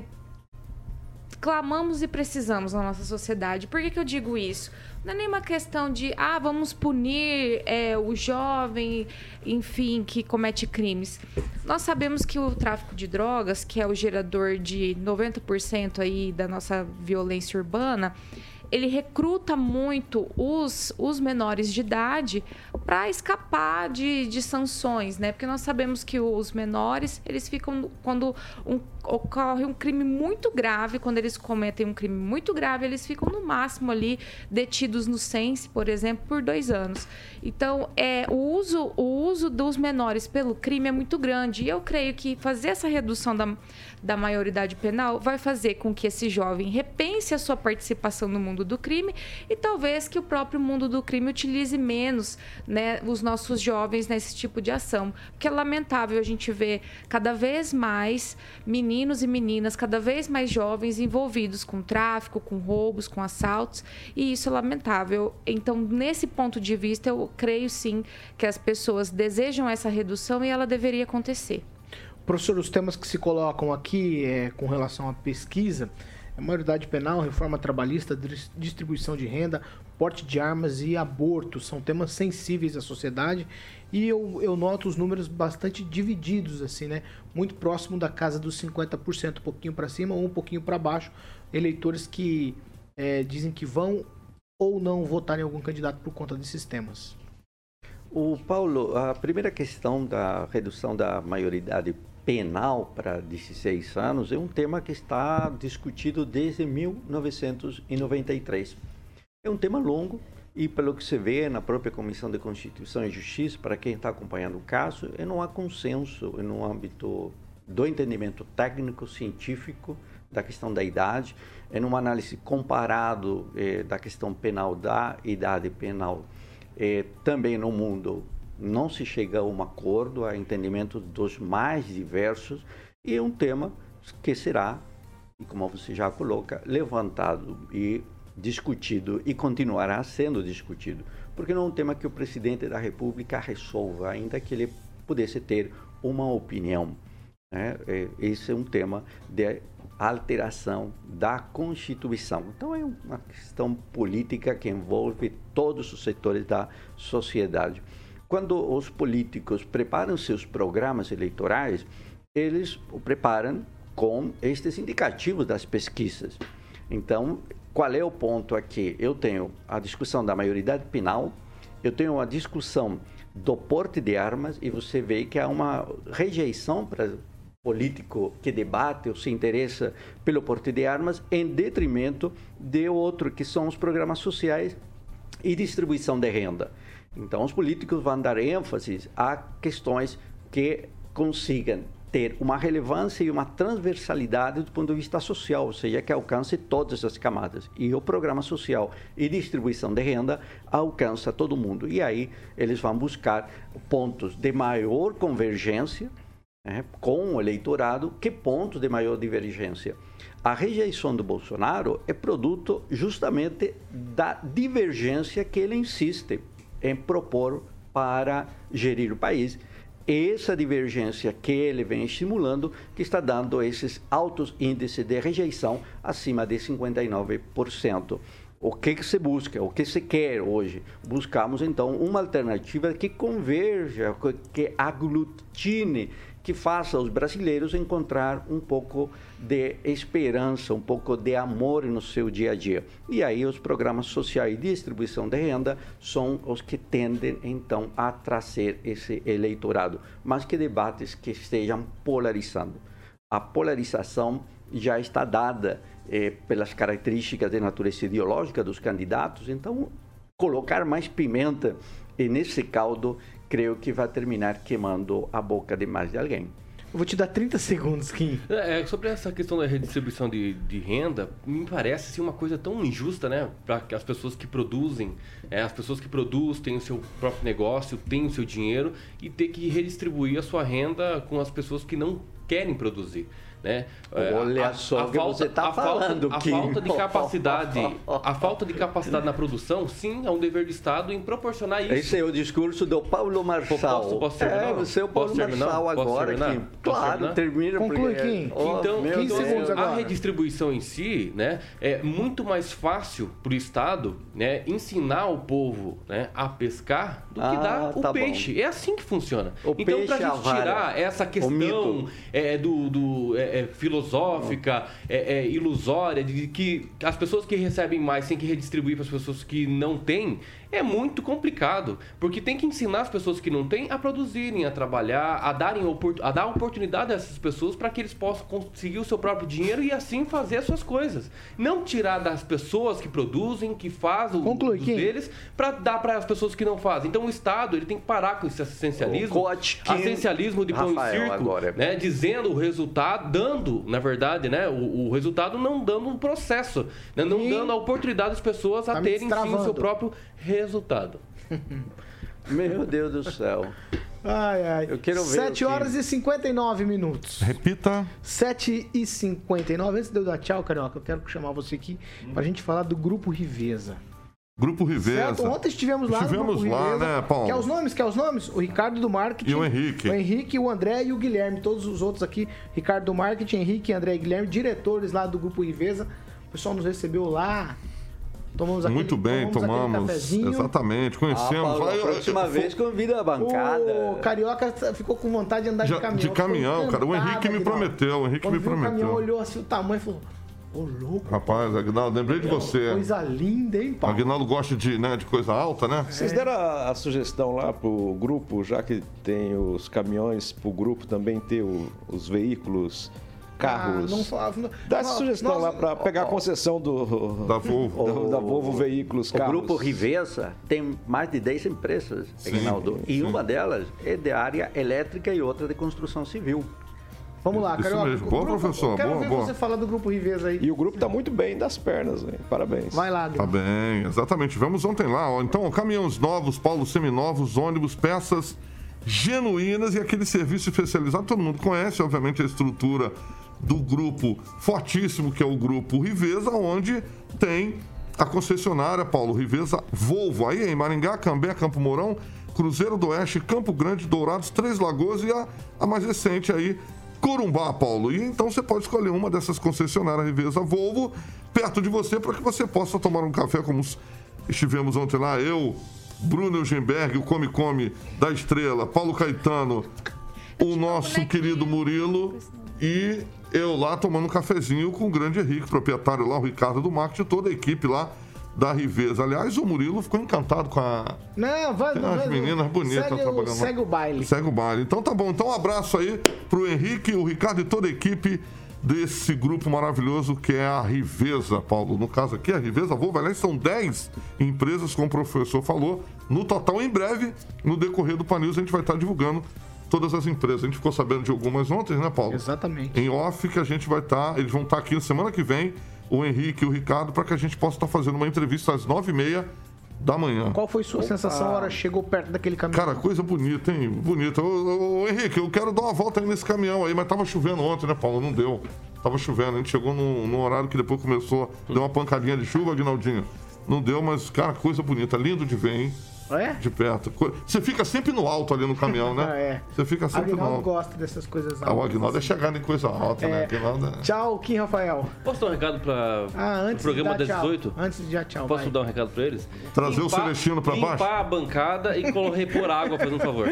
clamamos e precisamos na nossa sociedade. Por que que eu digo isso? Não é nenhuma questão de, ah, vamos punir é, o jovem, enfim, que comete crimes. Nós sabemos que o tráfico de drogas, que é o gerador de noventa por cento aí da nossa violência urbana, ele recruta muito os, os menores de idade para escapar de, de sanções, né? Porque nós sabemos que os menores, eles ficam, quando um, ocorre um crime muito grave, quando eles cometem um crime muito grave, eles ficam no máximo ali detidos no Sense, por exemplo, por dois anos. Então, é, o, uso, o uso dos menores pelo crime é muito grande. E eu creio que fazer essa redução da, da maioridade penal vai fazer com que esse jovem repense a sua participação no mundo do crime e talvez que o próprio mundo do crime utilize menos, né, os nossos jovens nesse tipo de ação. Porque é lamentável a gente ver cada vez mais meninos e meninas, cada vez mais jovens envolvidos com tráfico, com roubos, com assaltos, e isso é lamentável. Então, nesse ponto de vista, eu creio sim que as pessoas desejam essa redução e ela deveria acontecer. Professor, os temas que se colocam aqui é, com relação à pesquisa, é maioridade penal, reforma trabalhista, distribuição de renda, porte de armas e aborto. São temas sensíveis à sociedade e eu, eu noto os números bastante divididos, assim, né? Muito próximo da casa dos cinquenta por cento, um pouquinho para cima ou um pouquinho para baixo. Eleitores que é, dizem que vão ou não votar em algum candidato por conta desses temas. O Paulo, a primeira questão da redução da maioridade penal para dezesseis anos é um tema que está discutido desde mil novecentos e noventa e três. É um tema longo e, pelo que se vê na própria Comissão de Constituição e Justiça, para quem está acompanhando o caso, não há consenso no âmbito do entendimento técnico, científico, da questão da idade, é numa análise comparado eh, da questão penal, da idade penal, eh, também no mundo não se chega a um acordo, a entendimento dos mais diversos, e é um tema que será, e como você já coloca, levantado e discutido e continuará sendo discutido, porque não é um tema que o presidente da República resolva, ainda que ele pudesse ter uma opinião. Né? Esse é um tema de alteração da Constituição. Então é uma questão política que envolve todos os setores da sociedade. Quando os políticos preparam seus programas eleitorais, eles o preparam com estes indicativos das pesquisas. Então, qual é o ponto aqui? Eu tenho a discussão da maioridade penal, eu tenho a discussão do porte de armas, e você vê que há uma rejeição para político que debate ou se interessa pelo porte de armas em detrimento de outro, que são os programas sociais e distribuição de renda. Então, os políticos vão dar ênfase a questões que consigam ter uma relevância e uma transversalidade do ponto de vista social, ou seja, que alcance todas as camadas. E o programa social e distribuição de renda alcança todo mundo. E aí eles vão buscar pontos de maior convergência, né, com o eleitorado, que pontos de maior divergência. A rejeição do Bolsonaro é produto justamente da divergência que ele insiste em propor para gerir o país. Essa divergência que ele vem estimulando, que está dando esses altos índices de rejeição acima de cinquenta e nove por cento. O que, que se busca? O que se quer hoje? Buscamos, então, uma alternativa que converja, que aglutine, que faça os brasileiros encontrar um pouco de esperança, um pouco de amor no seu dia a dia. E aí os programas sociais e distribuição de renda são os que tendem, então, a trazer esse eleitorado. Mas que debates que estejam polarizando. A polarização já está dada eh, pelas características de natureza ideológica dos candidatos, então colocar mais pimenta nesse caldo, creio que vai terminar queimando a boca de mais de alguém. Eu vou te dar trinta segundos, Kim. É, sobre essa questão da redistribuição de, de renda, me parece assim, uma coisa tão injusta, né? Para as pessoas que produzem, é, as pessoas que produzem, têm o seu próprio negócio, têm o seu dinheiro, e ter que redistribuir a sua renda com as pessoas que não querem produzir. Né? Olha a, só a o que falta, você está falando, a Kim. falta de capacidade, a falta de capacidade na produção, sim, é um dever do Estado em proporcionar isso. Esse é o discurso do Paulo Marçal. Posso, posso terminar? É, você é o Paulo posso Marçal agora, Kim. Claro, termina. Conclui, porque... Kim. Oh, então, quinze segundos agora. A redistribuição em si, né, é muito mais fácil para o Estado, né, ensinar o povo, né, a pescar do que ah, dar o tá peixe. Bom. É assim que funciona. O então, para a gente tirar essa questão é, do, do, é, é, é, filosófica, é, é, ilusória, de que as pessoas que recebem mais têm que redistribuir para as pessoas que não têm, é muito complicado, porque tem que ensinar as pessoas que não têm a produzirem, a trabalhar, a, darem, a dar oportunidade a essas pessoas para que eles possam conseguir o seu próprio dinheiro e assim fazer as suas coisas. Não tirar das pessoas que produzem, que fazem os deles, para dar para as pessoas que não fazem. Então o Estado ele tem que parar com esse assistencialismo, assistencialismo de pão e circo, agora. Né, dizendo o resultado, dando, na verdade, né, o, o resultado não dando um processo, né, não e... dando a oportunidade das pessoas a tá terem sim o seu próprio resultado. Meu Deus do céu. Ai, ai. Eu quero ver. sete horas e cinquenta e nove minutos. Repita. sete e cinquenta e nove. Antes de eu dar tchau, Carioca, eu quero chamar você aqui pra gente falar do Grupo Riveza. Grupo Riveza. Certo? Ontem estivemos lá estivemos no Grupo lá, Riveza. né, Paulo? Quer os nomes? Quer os nomes? O Ricardo do Marketing. E o Henrique. O Henrique, o André e o Guilherme. Todos os outros aqui. Ricardo do Marketing, Henrique, André e Guilherme, diretores lá do Grupo Riveza. O pessoal nos recebeu lá. Tomamos aquele, Muito bem, tomamos. Exatamente, conhecemos. Ah, Paulo, a próxima eu, eu, vez convida a bancada. O Carioca ficou com vontade de andar de, de caminhão. De caminhão, cara. O Henrique me prometeu. O Henrique Quando me prometeu. O caminhão olhou assim o tamanho e falou: ô, louco. Rapaz, Aguinaldo, lembrei de você. Coisa linda, hein, Paulo? Aguinaldo gosta de, né, de coisa alta, né? Vocês deram a, a sugestão lá pro grupo, já que tem os caminhões, pro grupo também ter o, os veículos. Carros. Ah, não falava. Não, Dá essa sugestão nós, lá para pegar a concessão do da Volvo, do, da Volvo Veículos o Carros. O Grupo Riveza tem mais de dez empresas, Aguinaldo, e uma delas é de área elétrica e outra de construção civil. Vamos lá, Carioca. Isso mesmo. Boa, grupo, professor. Quero boa, ver boa. você falar do Grupo Riveza aí. E o grupo tá muito bem das pernas, hein? Parabéns. Vai lá, Guilherme. Tá bem, exatamente. Vamos ontem lá, ó. Então, caminhões novos, Paulo, seminovos, ônibus, peças genuínas e aquele serviço especializado. Todo mundo conhece, obviamente, a estrutura do grupo fortíssimo, que é o Grupo Riveza, onde tem a concessionária, Paulo, Riveza Volvo. Aí em Maringá, Cambé, Campo Mourão, Cruzeiro do Oeste, Campo Grande, Dourados, Três Lagoas e a, a mais recente aí, Corumbá, Paulo. E então você pode escolher uma dessas concessionárias Riveza Volvo perto de você para que você possa tomar um café como estivemos ontem lá, eu, Bruno Eugenberg, o Come Come da Estrela, Paulo Caetano, o nosso querido Murilo e eu lá tomando um cafezinho com o grande Henrique, proprietário lá, o Ricardo do Marketing, toda a equipe lá da Riveza. Aliás, o Murilo ficou encantado com a... Não, vai... Tem umas vai, meninas bonitas segue trabalhando o, Segue o baile. Segue o baile. Então tá bom. Então um abraço aí pro Henrique, o Ricardo e toda a equipe desse grupo maravilhoso que é a Riveza, Paulo. No caso aqui, a Riveza Volvo, aliás, são dez empresas, como o professor falou. No total, em breve, no decorrer do Pan News, a gente vai estar divulgando todas as empresas. A gente ficou sabendo de algumas ontem, né, Paulo? Exatamente. Em off, que a gente vai estar... Eles vão estar aqui na semana que vem, o Henrique e o Ricardo, para que a gente possa estar fazendo uma entrevista às nove e meia da manhã. Qual foi sua Opa. sensação na hora que chegou perto daquele caminhão? Cara, coisa bonita, hein? Bonita. Ô, ô, ô, Henrique, eu quero dar uma volta aí nesse caminhão aí, mas tava chovendo ontem, né, Paulo? Não deu. Tava chovendo. A gente chegou num, num horário que depois começou, deu uma pancadinha de chuva, Aguinaldinho. Não deu, mas, cara, coisa bonita. Lindo de ver, hein? É? De perto. Você fica sempre no alto ali no caminhão, né? Ah, é. Você fica sempre no alto. O Aguinaldo gosta dessas coisas altas. Ah, o Aguinaldo é chegado em coisa alta, é. né? Aguinaldo é... Tchau, Kim Rafael. Posso dar um recado para ah, o programa das tchau. dezoito? Antes de dar tchau, Posso vai. dar um recado para eles? Trazer limpar, o Celestino para baixo? Limpar a bancada e repor água, fazendo um favor.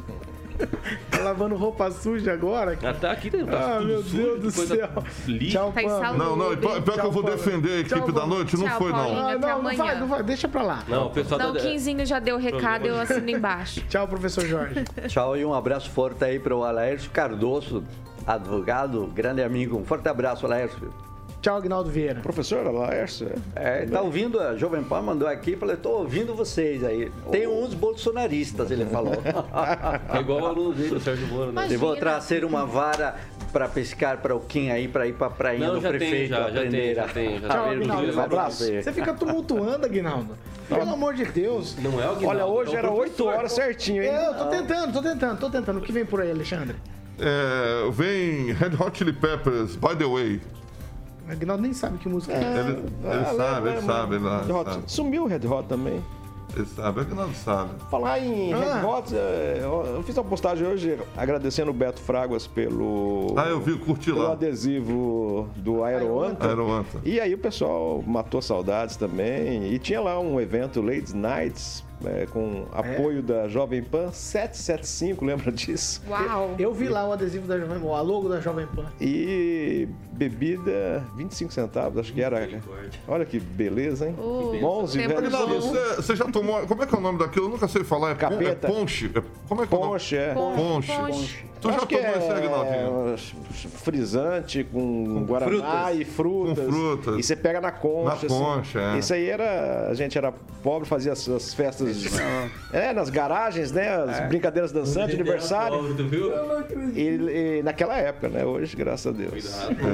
Tá lavando roupa suja agora? Até aqui tem tá Ah, meu sujo, Deus do céu. Lixo. Tchau, Pam. Não, não, pior que eu vou defender a equipe tchau, da noite, não tchau, foi, Paulinho. não. Ah, Até não, não vai, não vai, deixa pra lá. Não, o pessoal Não, o da... Quinzinho já deu o recado, eu assino embaixo. Tchau, professor Jorge. Tchau e um abraço forte aí para o Alaércio Cardoso, advogado, grande amigo. Um forte abraço, Alaércio. Tchau, Aguinaldo Vieira. Professor Laércio. É, tá ouvindo, a Jovem Pan mandou aqui, falei, tô ouvindo vocês aí. Tem uns bolsonaristas, ele falou. É igual o aluno dele, o Sérgio Moro, né? Eu vou trazer uma vara para pescar para o Kim aí, para ir para a prainha Não, do já prefeito tem, já, aprender já a... tem, já tem. Tchau, a ver o Aguinaldo. que ele vai Abraço. fazer. Você fica tumultuando, Aguinaldo. Pelo amor de Deus. Não é o Aguinaldo. Olha, hoje é era oito professor. horas certinho, hein? Eu tô tentando, tô tentando, tô tentando. O que vem por aí, Alexandre? É, vem Red Hot Chili Peppers, By The Way. Aguinaldo nem sabe que música é. Ele, ele Ah, sabe, lembra, ele sabe, ele Red Hot. sabe. Sumiu o Red Hot também. Ele sabe, Aguinaldo sabe. Falar em Ah. Red Hot, é, eu fiz uma postagem hoje agradecendo o Beto Fraguas pelo, Ah, eu vi, curti pelo lá. adesivo do Aeroanta. Aeroanta. E aí o pessoal matou saudades também. E tinha lá um evento Ladies Nights é, com apoio é. da Jovem Pan, sete sete cinco, lembra disso? Uau! Eu, eu vi lá o adesivo da Jovem Pan, a logo da Jovem Pan. E bebida, vinte e cinco centavos, acho que era. Olha que beleza, hein? Oh, Bons e velhos. Você, você já tomou, como é que é o nome daquilo? Eu nunca sei falar, é, Capeta. é ponche? É, como é que é o nome? Ponche, é. Ponche. Ponche. Tu já acho tomou é, esse, Agnaldinho? Frisante com, com Guaraná frutas. e frutas. Com frutas. E você pega na concha. Na concha, assim. é. Isso aí era... A gente era pobre, fazia as, as festas... É, nas garagens, né? As é. brincadeiras dançantes, aniversário. Pobre, tu viu? E, e naquela época, né? Hoje, graças a Deus.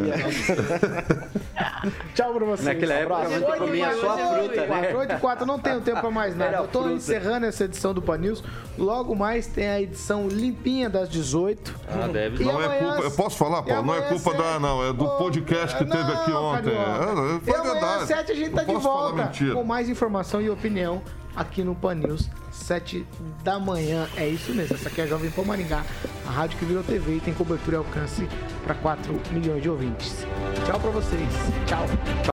Tchau pra vocês. Naquela um época, a gente comia só a fruta, né? oito e quatro, não tenho tempo pra mais nada. Eu tô encerrando essa edição do Pan News. Logo mais tem a edição limpinha das dezoito. Ah, deve. Não é culpa, eu posso falar, Paulo? Não é culpa da, não, é do podcast que teve aqui ontem. É, foi e amanhã verdade. às sete a gente tá de volta com mais informação e opinião aqui no Pan News, sete da manhã. É isso mesmo, essa aqui é a Jovem Pan Maringá, a rádio que virou T V e tem cobertura e alcance para quatro milhões de ouvintes. Tchau pra vocês. Tchau.